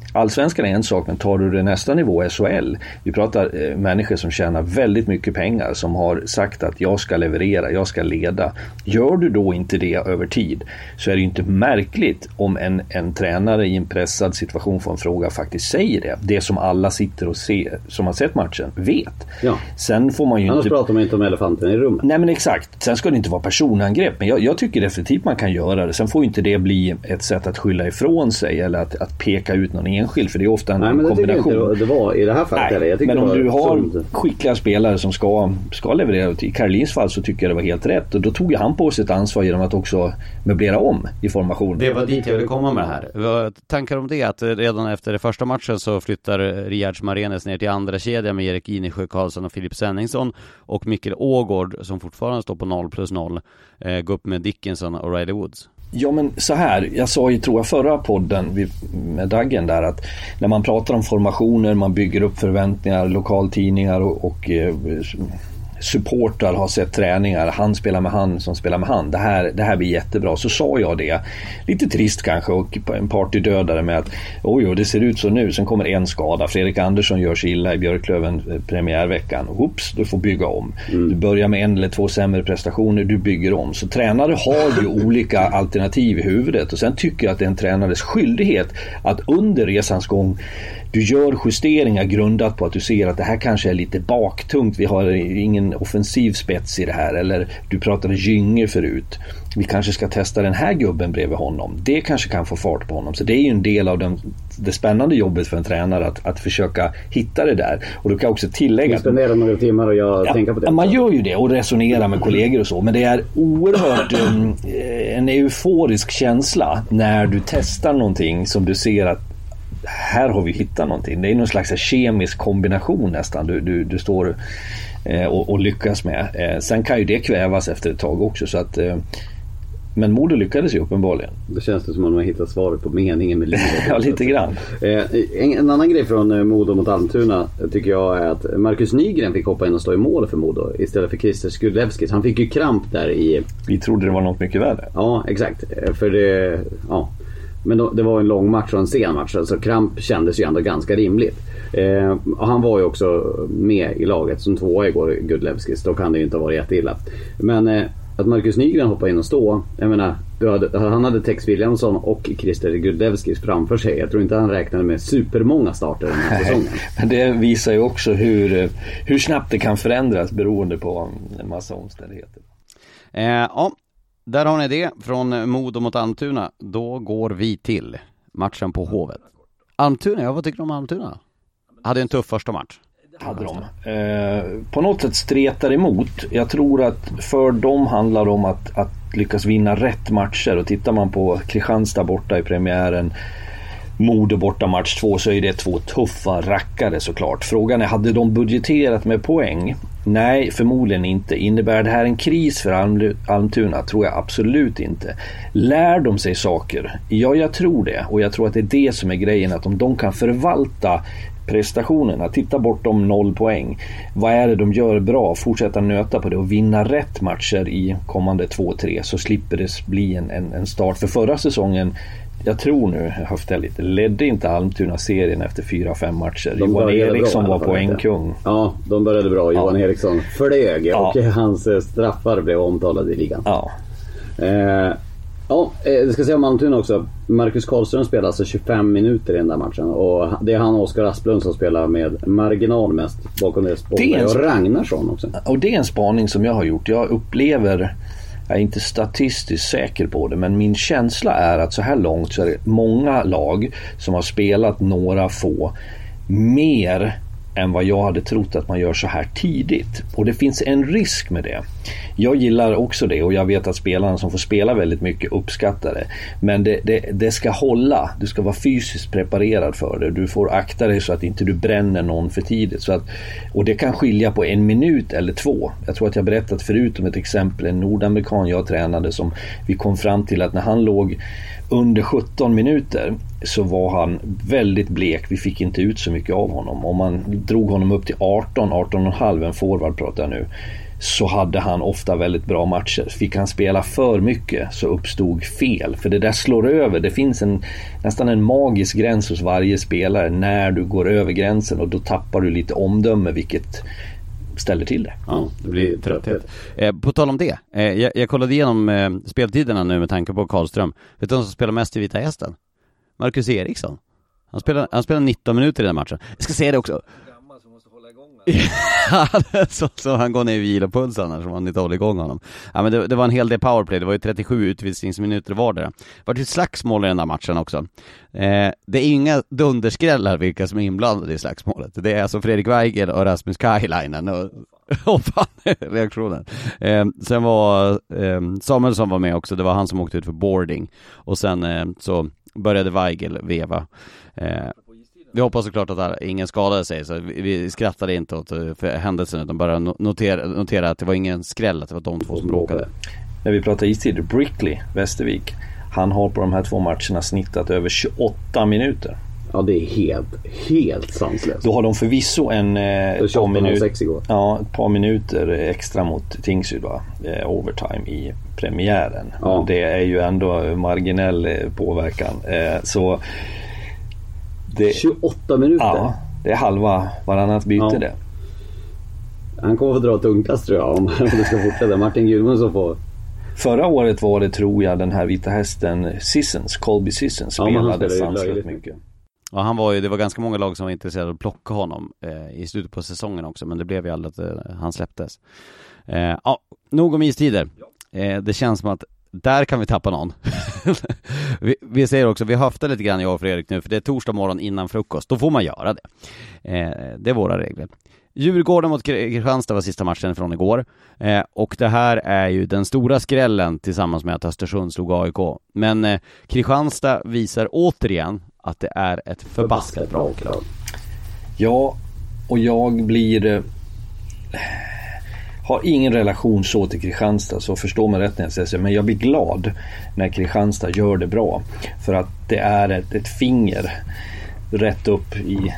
Allsvenskan är en sak, men tar du det nästa nivå, SHL, vi pratar människor som tjänar väldigt mycket pengar, som har sagt att jag ska leverera, jag ska leda. Gör du då inte det över tid, så är det ju inte märkligt om en tränare i en pressad situation får en fråga faktiskt säger det. Det som alla sitter och ser, som har sett matchen, vet. Ja. Sen får man ju annars pratar man inte om elefanten i rummet. Nej, men exakt. Sen ska det inte vara personangrepp, men jag tycker definitivt man kan göra det. Sen får inte det bli ett sätt att skylla ifrån sig eller att peka ut någon enskild, för det är ofta en kombination. Nej, men det tycker jag inte det var i det här fallet. Nej, men om du har skickliga spelare som ska leverera, i Karolins fall så tycker jag det var helt rätt, och då tog han på sig ett ansvar genom att också möblera om i formationen. Det var dit jag ville komma med det här. Vad tankar om det, att redan efter den första matchen så flyttar Riyad Mahrez ner till andra kedja med Erik Inesjö Karlsson och Filip Svenningsson, och Mikkel Ågård som fortfarande står på 0+0 går upp med Dickinson och Riley Woods. Ja, men så här, jag sa ju, tror jag, förra podden med Daggen där, att när man pratar om formationer, man bygger upp förväntningar, lokaltidningar och supportrar har sett träningar, han spelar med han som spelar med han, det här blir jättebra. Så sa jag det, lite trist kanske, och en partydödare med att oj, det ser ut så nu, sen kommer en skada, Fredrik Andersson gör sig illa i Björklöven premiärveckan, oops, du får bygga om. Du börjar med en eller två sämre prestationer, du bygger om. Så tränare har ju olika alternativ i huvudet, och sen tycker jag att det är en tränares skyldighet att under resans gång du gör justeringar grundat på att du ser att det här kanske är lite baktungt, vi har ingen offensiv spets i det här, eller du pratade Gynge förut, vi kanske ska testa den här gubben bredvid honom, det kanske kan få fart på honom. Så det är ju en del av det spännande jobbet för en tränare att försöka hitta det där. Och du kan också tillägga att spendera några timmar och tänka på det. Man gör ju det och resonerar med kollegor och så, men det är oerhört en euforisk känsla när du testar någonting som du ser att här har vi hittat någonting. Det är någon slags kemisk kombination nästan du står och lyckas med. Sen kan ju det kvävas efter ett tag också, så att men Modo lyckades ju uppenbarligen. Det känns det som att man har hittat svaret på meningen med livet. Ja, lite grann. En annan grej från Modo mot Almtuna tycker jag är att Marcus Nygren fick hoppa in och stå i mål för Modo istället för Christer Skudlevskis. Han fick ju kramp där i... Vi trodde det var något mycket värre. Ja, exakt. För det... Ja. Men det var en lång match och en sen match, så kramp kändes ju ändå ganska rimligt. Och han var ju också med i laget som tvåa igår, Gudlevskis. Då kan det ju inte ha varit jätteilla. Men att Marcus Nygren hoppade in och stå, jag menar, han hade Tex Williamson och Christer Gudlevskis framför sig. Jag tror inte han räknade med supermånga starter den här säsongen. Men det visar ju också hur snabbt det kan förändras beroende på en massa omständigheter. Ja, där har ni det från Modo mot Almtuna. Då går vi till matchen på Hovet. Almtuna, vad tycker du om Almtuna? Hade en tuff första match. Hade de. På något sätt stretar emot. Jag tror att för dem handlar det om att lyckas vinna rätt matcher. Och tittar man på Kristianstad borta i premiären, Modo borta match 2, så är det 2 tuffa rackare såklart. Frågan är, hade de budgeterat med poäng? Nej, förmodligen inte. Innebär det här en kris för Almtuna? Tror jag absolut inte. Lär de sig saker? Ja, jag tror det. Och jag tror att det är det som är grejen, att om de kan förvalta prestationerna, titta bortom 0 poäng. Vad är det de gör bra? Fortsätta nöta på det och vinna rätt matcher i kommande 2-3, så slipper det bli en start. För förra säsongen, jag tror nu, jag höftar lite, ledde inte Almtuna serien efter 4-5 matcher. Johan Eriksson var poängkung. Ja, de började bra. Johan Eriksson flög och hans straffar blev omtalade i ligan. Ja. Det ska säga om Almtuna också. Marcus Karlström spelar alltså 25 minuter i den där matchen. Och det är han och Oskar Asplund som spelar med marginal mest bakom det. Och Ragnarsson också. Och det är en spaning som jag har gjort. Jag upplever, jag är inte statistiskt säker på det, men min känsla är att så här långt så är det många lag som har spelat några få mer än vad jag hade trott att man gör så här tidigt. Och det finns en risk med det. Jag gillar också det, och jag vet att spelarna som får spela väldigt mycket uppskattar det. Men det ska hålla. Du ska vara fysiskt preparerad för det. Du får akta dig så att inte du bränner någon för tidigt. Så att, och det kan skilja på 1 minut eller 2. Jag tror att jag berättat förut om ett exempel. En nordamerikan jag tränade som vi kom fram till att när han låg under 17 minuter så var han väldigt blek. Vi fick inte ut så mycket av honom. Om man drog honom upp till 18,5, en forward pratar jag nu, så hade han ofta väldigt bra matcher. Fick han spela för mycket så uppstod fel. För det där slår över. Det finns nästan en magisk gräns hos varje spelare när du går över gränsen, och då tappar du lite omdöme, vilket ställer till det. Ja, det blir trötthet. På tal om det, jag kollade igenom speltiderna nu med tanke på Karlström. Vet du vem som spelar mest i Vita Hästen? Marcus Eriksson. Han spelar 19 minuter i den matchen. Jag ska säga det också. så han går ner i vilopuls annars om han inte håller igång honom. Ja, men det var en hel del powerplay. Det var ju 37 utvisningsminuter var det. Det var ett slagsmål i den där matchen också. Det är inga dunderskrällar vilka som är inblandade i slagsmålet. Det är alltså Fredrik Weigel och Rasmus Kailainen och fan reaktionen. Sen var Samuelsson var med också. Det var han som åkte ut för boarding. Och sen så började Weigel veva. Vi hoppas såklart att ingen skadade sig, så vi skrattade inte åt händelsen, utan bara notera att det var ingen skräll, att det var de två som bråkade. När vi pratar istider, Brickley, Västervik, han har på de här 2 matcherna snittat över 28 minuter. Ja, det är helt sanslöst. Då har de förvisso ett par minuter extra mot Tingsryd, overtime i premiären. Ja. Det är ju ändå marginell påverkan. Så 28 minuter? Ja, det är halva varannat byte det. Han kommer att dra ett unkast, tror jag, om det ska fortsätta. Martin Gudmundsson får... Förra året var det, tror jag, den här Vita Hästen Colby Sissons spelade sanslöst mycket. Ja, det var ganska många lag som var intresserade av att plocka honom i slutet på säsongen också, men det blev ju aldrig att han släpptes. Nog om istider. Det känns som att där kan vi tappa någon. vi säger också, vi höftar lite grann jag och Fredrik nu, för det är torsdag morgon innan frukost. Då får man göra det. Det är våra regler. Djurgården mot Kristianstad var sista matchen från igår. Och det här är ju den stora skrällen tillsammans med att Östersund slog AIK. Men Kristianstad visar återigen att det är ett förbaskat bra lag. Ja, och jag har ingen relation så till Kristianstad, så förstår man rätt när jag säger, men jag blir glad när Kristianstad gör det bra, för att det är ett finger rätt upp i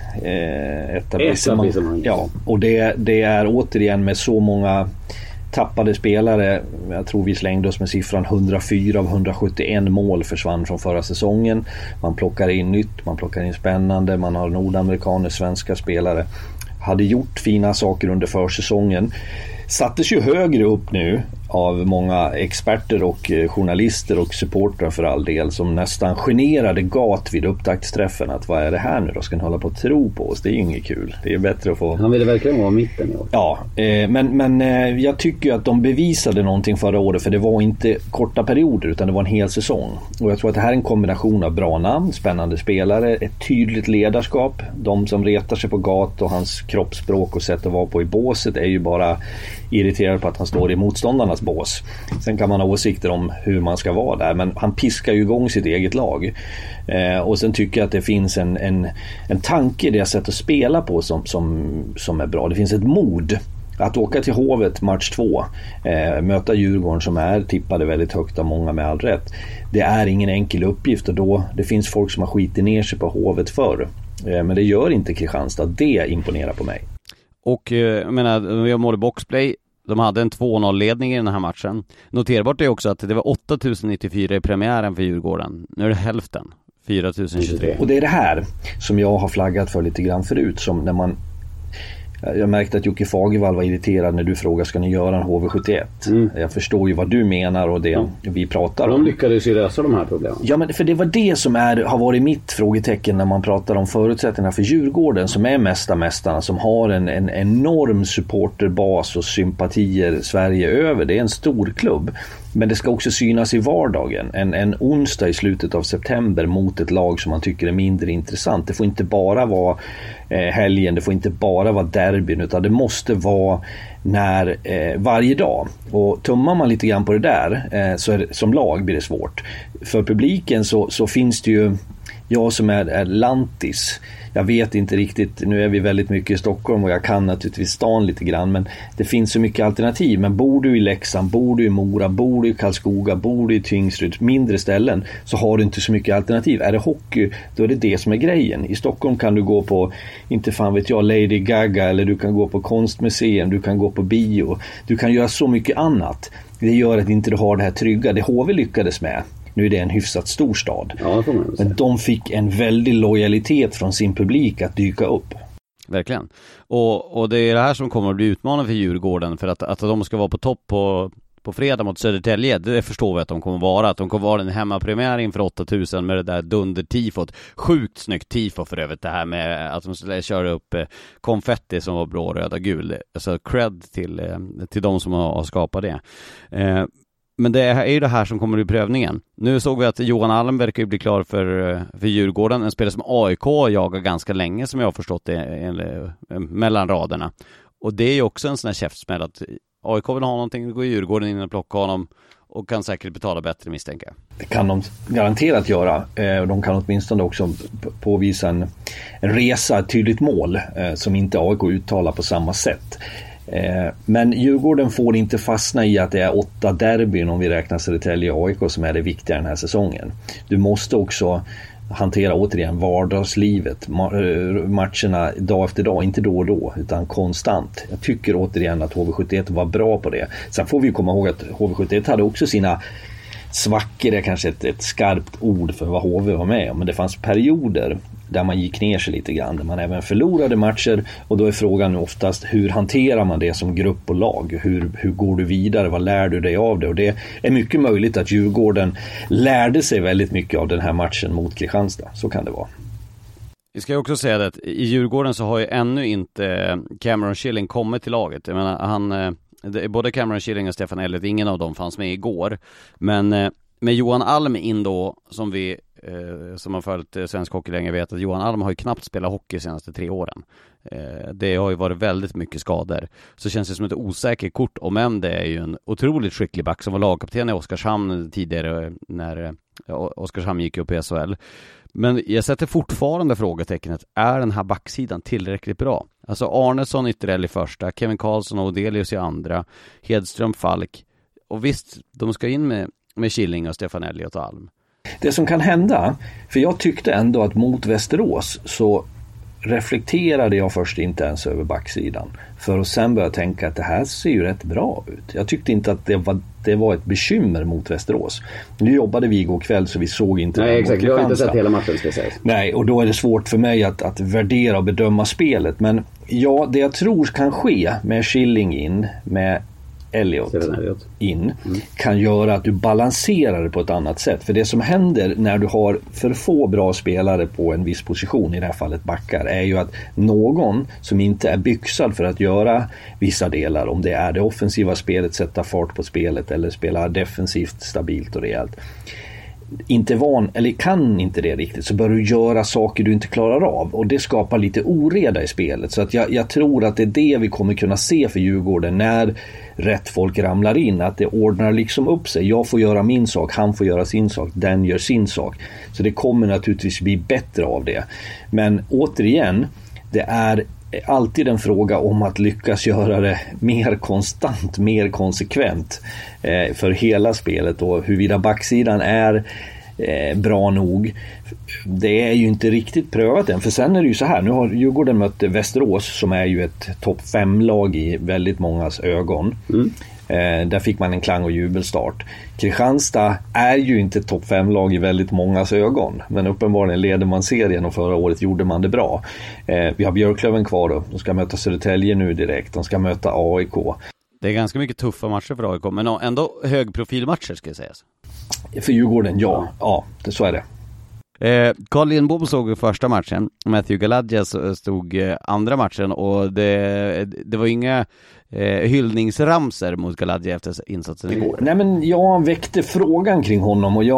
etablissemang. Ja, och det är återigen med så många tappade spelare. Jag tror vi slängde oss med siffran 104 av 171 mål försvann från förra säsongen. Man plockar in nytt, man plockar in spännande, man har nordamerikaner, svenska spelare. Hade gjort fina saker under försäsongen. Sattes ju högre upp nu av många experter och journalister och supportrar för all del, som nästan generade gat vid upptaktsträffen att vad är det här nu då? Ska ni hålla på att tro på oss? Det är ju inget kul. Det är bättre att få... Han ville verkligen vara mitten i år. Ja, men jag tycker att de bevisade någonting förra året, för det var inte korta perioder utan det var en hel säsong. Och jag tror att det här är en kombination av bra namn, spännande spelare, ett tydligt ledarskap. De som retar sig på gat och hans kroppsspråk och sätt att vara på i båset är ju bara irriterade på att han står i motståndarnas bås. Sen kan man ha åsikter om hur man ska vara där, men han piskar ju igång sitt eget lag. Och sen tycker jag att det finns en tanke i det sätt att spela på som är bra. Det finns ett mod att åka till Hovet match 2, möta Djurgården som är tippade väldigt högt av många med all rätt. Det är ingen enkel uppgift, och då det finns folk som har skitit ner sig på Hovet förr. Men det gör inte Kristianstad. Det imponerar på mig. Och jag menar, vi har mål i boxplay. De hade en 2-0-ledning i den här matchen. Noterbart är också att det var 8094 i premiären för Djurgården. Nu är det hälften, 4023. Och det är det här som jag har flaggat för lite grann förut, som när man... Jag märkte att Jocke Fagervall var irriterad när du frågade ska ni göra en HV71. Jag förstår ju vad du menar och det vi pratar om. De lyckades ju lösa de här problemen. Ja, men för det var det som har varit mitt frågetecken när man pratar om förutsättningarna för Djurgården, som är mästarna, som har en enorm supporterbas och sympatier Sverige över. Det är en stor klubb. Men det ska också synas i vardagen. En onsdag i slutet av september mot ett lag som man tycker är mindre intressant. Det får inte bara vara helgen, det får inte bara vara derbyn, utan det måste vara varje dag. Och tummar man lite grann på det där så som lag blir det svårt. För publiken så finns det ju, jag som är lantis, Jag vet inte riktigt, nu är vi väldigt mycket i Stockholm och jag kan naturligtvis stan lite grann, men det finns så mycket alternativ. Men bor du i Leksand, bor du i Mora, bor du i Karlskoga, bor du i Tingsryd, mindre ställen, så har du inte så mycket alternativ. Är det hockey, då är det som är grejen. I Stockholm kan du gå på, inte fan vet jag, Lady Gaga, eller du kan gå på konstmuseum, du kan gå på bio, du kan göra så mycket annat. Det gör att inte du har det här trygga. Det HV lyckades med. Nu är det en hyfsat stor stad. Ja, men de fick en väldig lojalitet från sin publik att dyka upp. Verkligen. Och det är det här som kommer att bli utmanande för Djurgården, för att de ska vara på topp på fredag mot Södertälje. Det förstår vi att de kommer vara. Att de kommer vara en hemmapremiär inför 8000 med det där dunder-tifot. Sjukt snyggt tifo för övrigt, det här med att de skulle köra upp konfetti som var blå, röda, gul. Alltså cred till de som har skapat det. Men det är ju det här som kommer i prövningen. Nu såg vi att Johan Alm verkar ju bli klar för Djurgården. En spelare som AIK jagar ganska länge, som jag har förstått det, mellan raderna. Och det är ju också en sån här käftsmäll att AIK vill ha någonting, då går Djurgården in och plockar honom och kan säkert betala bättre, misstänker jag. Det kan de garanterat göra. De kan åtminstone också påvisa en resa, ett tydligt mål som inte AIK uttalar på samma sätt. Men Djurgården får inte fastna i att det är 8 derbyn, om vi räknar Södertälje och AIK, som är det viktiga den här säsongen. Du måste också hantera återigen vardagslivet, matcherna dag efter dag, inte då och då utan konstant. Jag tycker återigen att HV71 var bra på det. Sen får vi komma ihåg att HV71 hade också sina svackor, är kanske ett skarpt ord för vad HV var med om, men det fanns perioder där man gick ner sig lite grann, där man även förlorade matcher, och då är frågan oftast hur hanterar man det som grupp och lag, hur går du vidare, vad lär du dig av det, och det är mycket möjligt att Djurgården lärde sig väldigt mycket av den här matchen mot Kristianstad, så kan det vara. Vi ska ju också säga att i Djurgården så har ju ännu inte Cameron Schilling kommit till laget. Jag menar, både Cameron Schilling och Stefan Elliott, ingen av dem fanns med igår, men med Johan Alm in då, som vi som har följt svensk hockey länge vet att Johan Alm har ju knappt spelat hockey de senaste 3 åren. Det har ju varit väldigt mycket skador. Så känns det som ett osäkert kort, om än det är ju en otroligt skicklig back som var lagkapten i Oskarshamn tidigare när Oskarshamn gick upp i SHL. Men jag sätter fortfarande frågetecknet, är den här backsidan tillräckligt bra? Alltså Arnesson ytterligare i första, Kevin Karlsson och Odelius i andra, Hedström, Falk. Och visst, de ska in med Schilling och Stefan Elliott och Alm. Det som kan hända, för jag tyckte ändå att mot Västerås så reflekterade jag först inte ens över backsidan, för att sen börja tänka att det här ser ju rätt bra ut. Jag tyckte inte att det var ett bekymmer mot Västerås. Nu jobbade vi igår kväll så vi såg inte. Nej, exakt. Jag har inte sett hela matchen, ska jag säga. Nej, och då är det svårt för mig att värdera och bedöma spelet. Men ja, det jag tror kan ske med Schilling in, med Elliott in, kan göra att du balanserar det på ett annat sätt. För det som händer när du har för få bra spelare på en viss position, i det här fallet backar, är ju att någon som inte är byxad för att göra vissa delar, om det är det offensiva spelet, sätta fart på spelet eller spela defensivt stabilt och rejält, inte van eller kan inte det riktigt, så bör du göra saker du inte klarar av, och det skapar lite oreda i spelet. Så att jag tror att det är det vi kommer kunna se för Djurgården när rätt folk ramlar in, att det ordnar liksom upp sig. Jag får göra min sak, han får göra sin sak, den gör sin sak. Så det kommer naturligtvis bli bättre av det. Men återigen, det är alltid en fråga om att lyckas göra det mer konstant, mer konsekvent för hela spelet, och huruvida backsidan är bra nog, det är ju inte riktigt prövat än. För sen är det ju så här, nu har Djurgården mött Västerås som är ju ett topp 5-lag i väldigt mångas ögon. Där fick man en klang- och jubelstart. Kristianstad är ju inte topp 5-lag i väldigt mångas ögon, men uppenbarligen leder man serien, och förra året gjorde man det bra. Vi har Björklöven kvar då. De ska möta Södertälje nu direkt. De ska möta AIK. Det är ganska mycket tuffa matcher för AIK, men ändå högprofilmatcher, ska jag säga. För Djurgården, ja, så är det. Carl Lindbom såg första matchen, Matthew Galadjes stod andra matchen, och det var inga hyllningsramser mot Galadje efter insatsen igår. Nej, men jag väckte frågan kring honom, och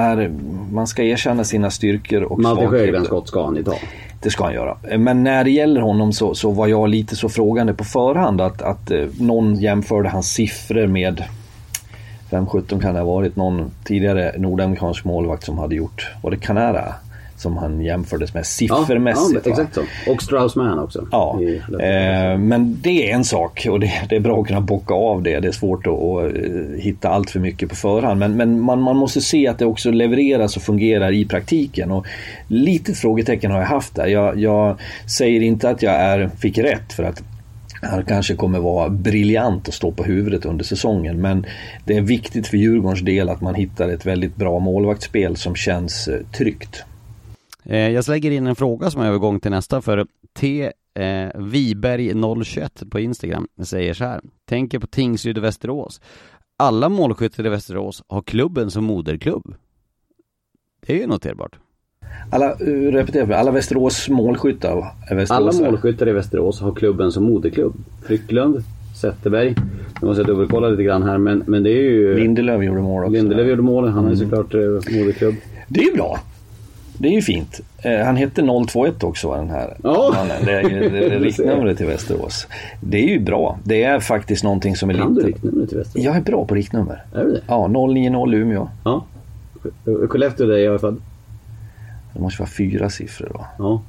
man ska erkänna sina styrkor och Malte Sjögrenskott ska han idag. Det ska han göra. Men när det gäller honom så var jag lite så frågande på förhand att någon jämförde hans siffror med 5-17 kan det ha varit någon tidigare nordamerikansk målvakt som hade gjort, var det Canara, som han jämfördes med siffermässigt. Ja, exakt så. Och Strauss-Mann också. Ja, men det är en sak och det är bra att kunna bocka av det. Det är svårt att hitta allt för mycket på förhand. Men man måste se att det också levereras och fungerar i praktiken. Och lite frågetecken har jag haft där. Jag säger inte att jag fick rätt, för att han kanske kommer vara briljant och stå på huvudet under säsongen, men det är viktigt för Djurgårdens del att man hittar ett väldigt bra målvaktsspel som känns tryggt. Jag slänger in en fråga som är övergång till nästa, för Viberg 021 på Instagram säger så här: tänker på Tingsryd och Västerås. Alla målskyttar i Västerås har klubben som moderklubb. Det är ju noterbart. Alla Västerås målskyttar är Västerås. Alla målskyttar i Västerås har klubben som moderklubb. Frycklund, Zetterberg. Nu måste jag dubbelkolla lite grann här, men det är ju... Lindelöf gjorde mål också. Lindelöf gjorde mål, han är såklart moderklubb. Det är ju bra. Det är ju fint. Han hette 021 också, den här mannen. Det är riktnumret till Västerås. Det är ju bra. Det är faktiskt någonting som är lite... Kan du riktnumret till Västerås? Jag är bra på riktnummer. Är du det? Ja, 090 Umeå. Ja. Skellefteå där i alla fall. Det måste vara 4 siffror då. Ja.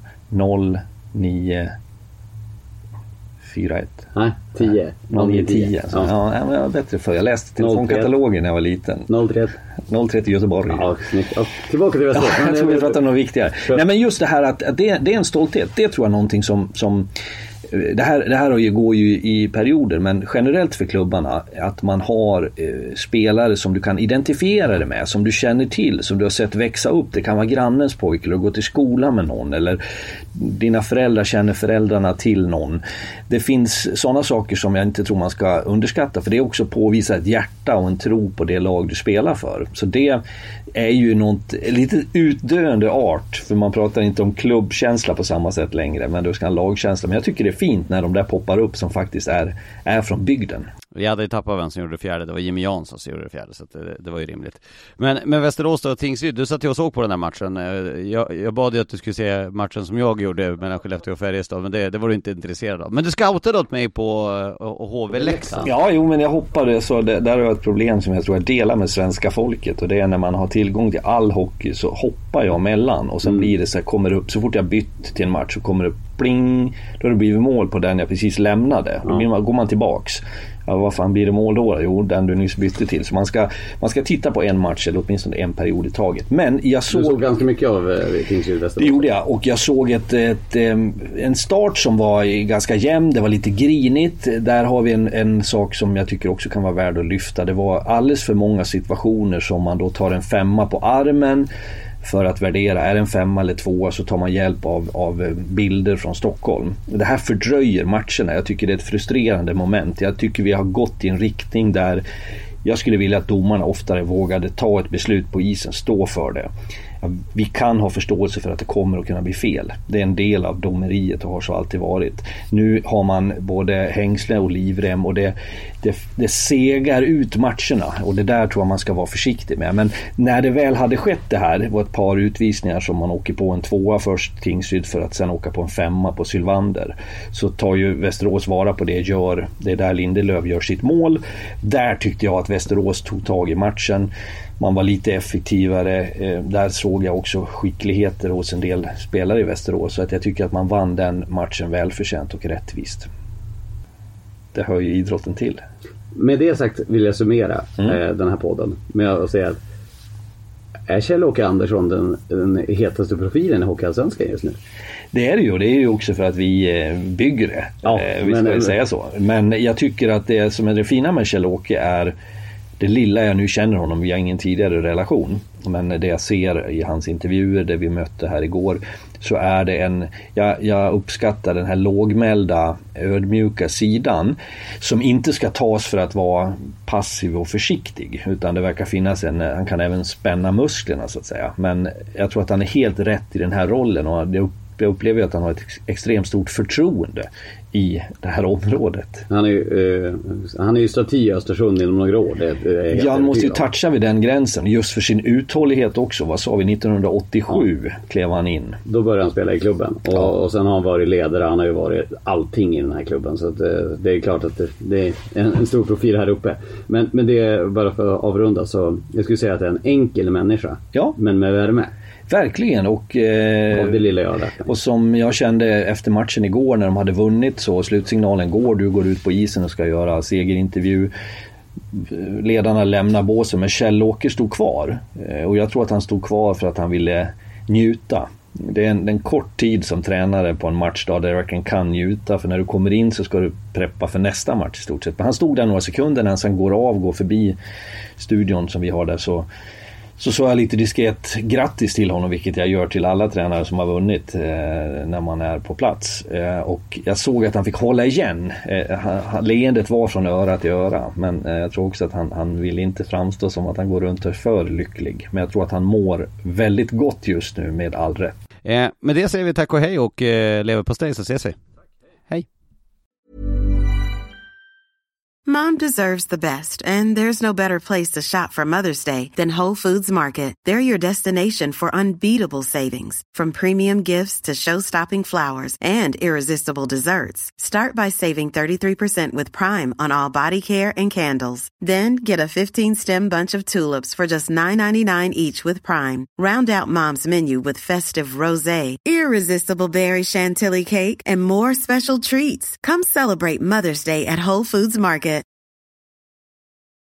0941. Nej, 10. 0910. Ja, men jag var bättre för. Jag läste telefonkatalogen när jag var liten. 030 Göteborg. Ja, snyggt. Ja, tillbaka till Västerås. Jag tror vi pratar om något viktigare. Nej, men just det här att det är en stolthet. Det tror jag någonting som det här går ju i perioder, men generellt för klubbarna att man har spelare som du kan identifiera dig med, som du känner till, som du har sett växa upp. Det kan vara grannens pojke eller gå till skolan med någon, eller dina föräldrar känner föräldrarna till någon. Det finns sådana saker som jag inte tror man ska underskatta, för det är också påvisa ett hjärta och en tro på det lag du spelar för. Så det är ju något lite utdöende art, för man pratar inte om klubbkänsla på samma sätt längre, men du ska ha lagkänsla. Men jag tycker det är fint när de där poppar upp som faktiskt är från bygden. Vi hade ju tappat vem som gjorde det fjärde. Det var Jimmy Jansson som gjorde det fjärde, så att det var ju rimligt. Men Västerås och Tingsryd, du satt ju och såg på den här matchen. Jag bad ju att du skulle se matchen som jag gjorde mellan Skellefteå och Färjestad, men det var du inte intresserad av. Men du scoutade åt mig på HV Leksand. Ja, men jag hoppade, så där har jag ett problem som jag tror jag delar med svenska folket, och det är när man har tillgång till all hockey så hoppar jag mellan, och sen blir det så här, kommer upp, så fort jag bytt till en match så kommer det pling, då har det blivit mål på den jag precis lämnade. Då går man tillbaks. Ja, vad fan blir det mål då? Jo, den du nyss bytte till. Så man ska titta på en match eller åtminstone en period i taget. Men jag såg ganska mycket av Tingsryd Västerås. Det gjorde jag, och jag såg en start som var ganska jämn. Det var lite grinigt. Där har vi en sak som jag tycker också kan vara värd att lyfta. Det var alldeles för många situationer som man då tar en 5 på armen för att värdera, är en 5 eller 2, så tar man hjälp av bilder från Stockholm. Det här fördröjer matcherna. Jag tycker det är ett frustrerande moment. Jag tycker vi har gått i en riktning där jag skulle vilja att domarna oftare vågade ta ett beslut på isen, stå för det. Vi kan ha förståelse för att det kommer att kunna bli fel. Det är en del av domeriet och har så alltid varit. Nu har man både hängsle och livrem, och det segar ut matcherna, och det där tror jag man ska vara försiktig med. Men när det väl hade skett det här, var ett par utvisningar som man åker på en 2 först Tingsryd för att sen åka på en 5 på Sylvander, så tar ju Västerås vara på det, det är där Lindelöf gör sitt mål. Där tyckte jag att Västerås tog tag i matchen. Man var lite effektivare. Där såg jag också skickligheter hos en del spelare i Västerås. Så att jag tycker att man vann den matchen välförtjänt och rättvist. Det hör ju idrotten till. Med det sagt vill jag summera den här podden med att säga att är Kjell-Åke Andersson den hetaste profilen i Hockeyallsvenskan just nu? Det är det ju, och det är ju också för att vi bygger det. Ja, vi ska säga så. Men jag tycker att det som är det fina med Kjell-Åke är det lilla jag nu känner honom. Vi har ingen tidigare relation, men det jag ser i hans intervjuer, det vi mötte här igår, så är det jag uppskattar den här lågmälda, ödmjuka sidan som inte ska tas för att vara passiv och försiktig, utan det verkar finnas han kan även spänna musklerna så att säga. Men jag tror att han är helt rätt i den här rollen, och jag upplever att han har ett extremt stort förtroende i det här området. Han är ju staty i Östersund inom några år. Han måste ju toucha vid den gränsen just för sin uthållighet också. Vad sa vi? 1987 klev han in. Då började han spela i klubben. Och sen har han varit ledare. Han har ju varit allting i den här klubben. Så att det är klart att det är en stor profil här uppe. Men det är bara för att avrunda, så jag skulle säga att det är en enkel människa. Ja. Men med värme. Verkligen, och det lilla jag och som jag kände efter matchen igår när de hade vunnit, så slutsignalen går, du går ut på isen och ska göra segerintervju. Ledarna lämnar båsen, men Kjell Åker stod kvar, och jag tror att han stod kvar för att han ville njuta. Det är en kort tid som tränare på en matchdag där du verkligen kan njuta, för när du kommer in så ska du preppa för nästa match i stort sett. Men han stod där några sekunder, när han sen går förbi studion som vi har där, så jag lite diskret grattis till honom, vilket jag gör till alla tränare som har vunnit när man är på plats. Och jag såg att han fick hålla igen. Leendet var från öra till öra, men jag tror också att han vill inte framstå som att han går runt och är för lycklig. Men jag tror att han mår väldigt gott just nu, med all rätt. Med det säger vi tack och hej, och lever på steg, så ses vi. Hej! Mom deserves the best, and there's no better place to shop for Mother's Day than Whole Foods Market. They're your destination for unbeatable savings, from premium gifts to show-stopping flowers and irresistible desserts. Start by saving 33% with Prime on all body care and candles. Then get a 15-stem bunch of tulips for just $9.99 each with Prime. Round out Mom's menu with festive rosé, irresistible berry chantilly cake, and more special treats. Come celebrate Mother's Day at Whole Foods Market.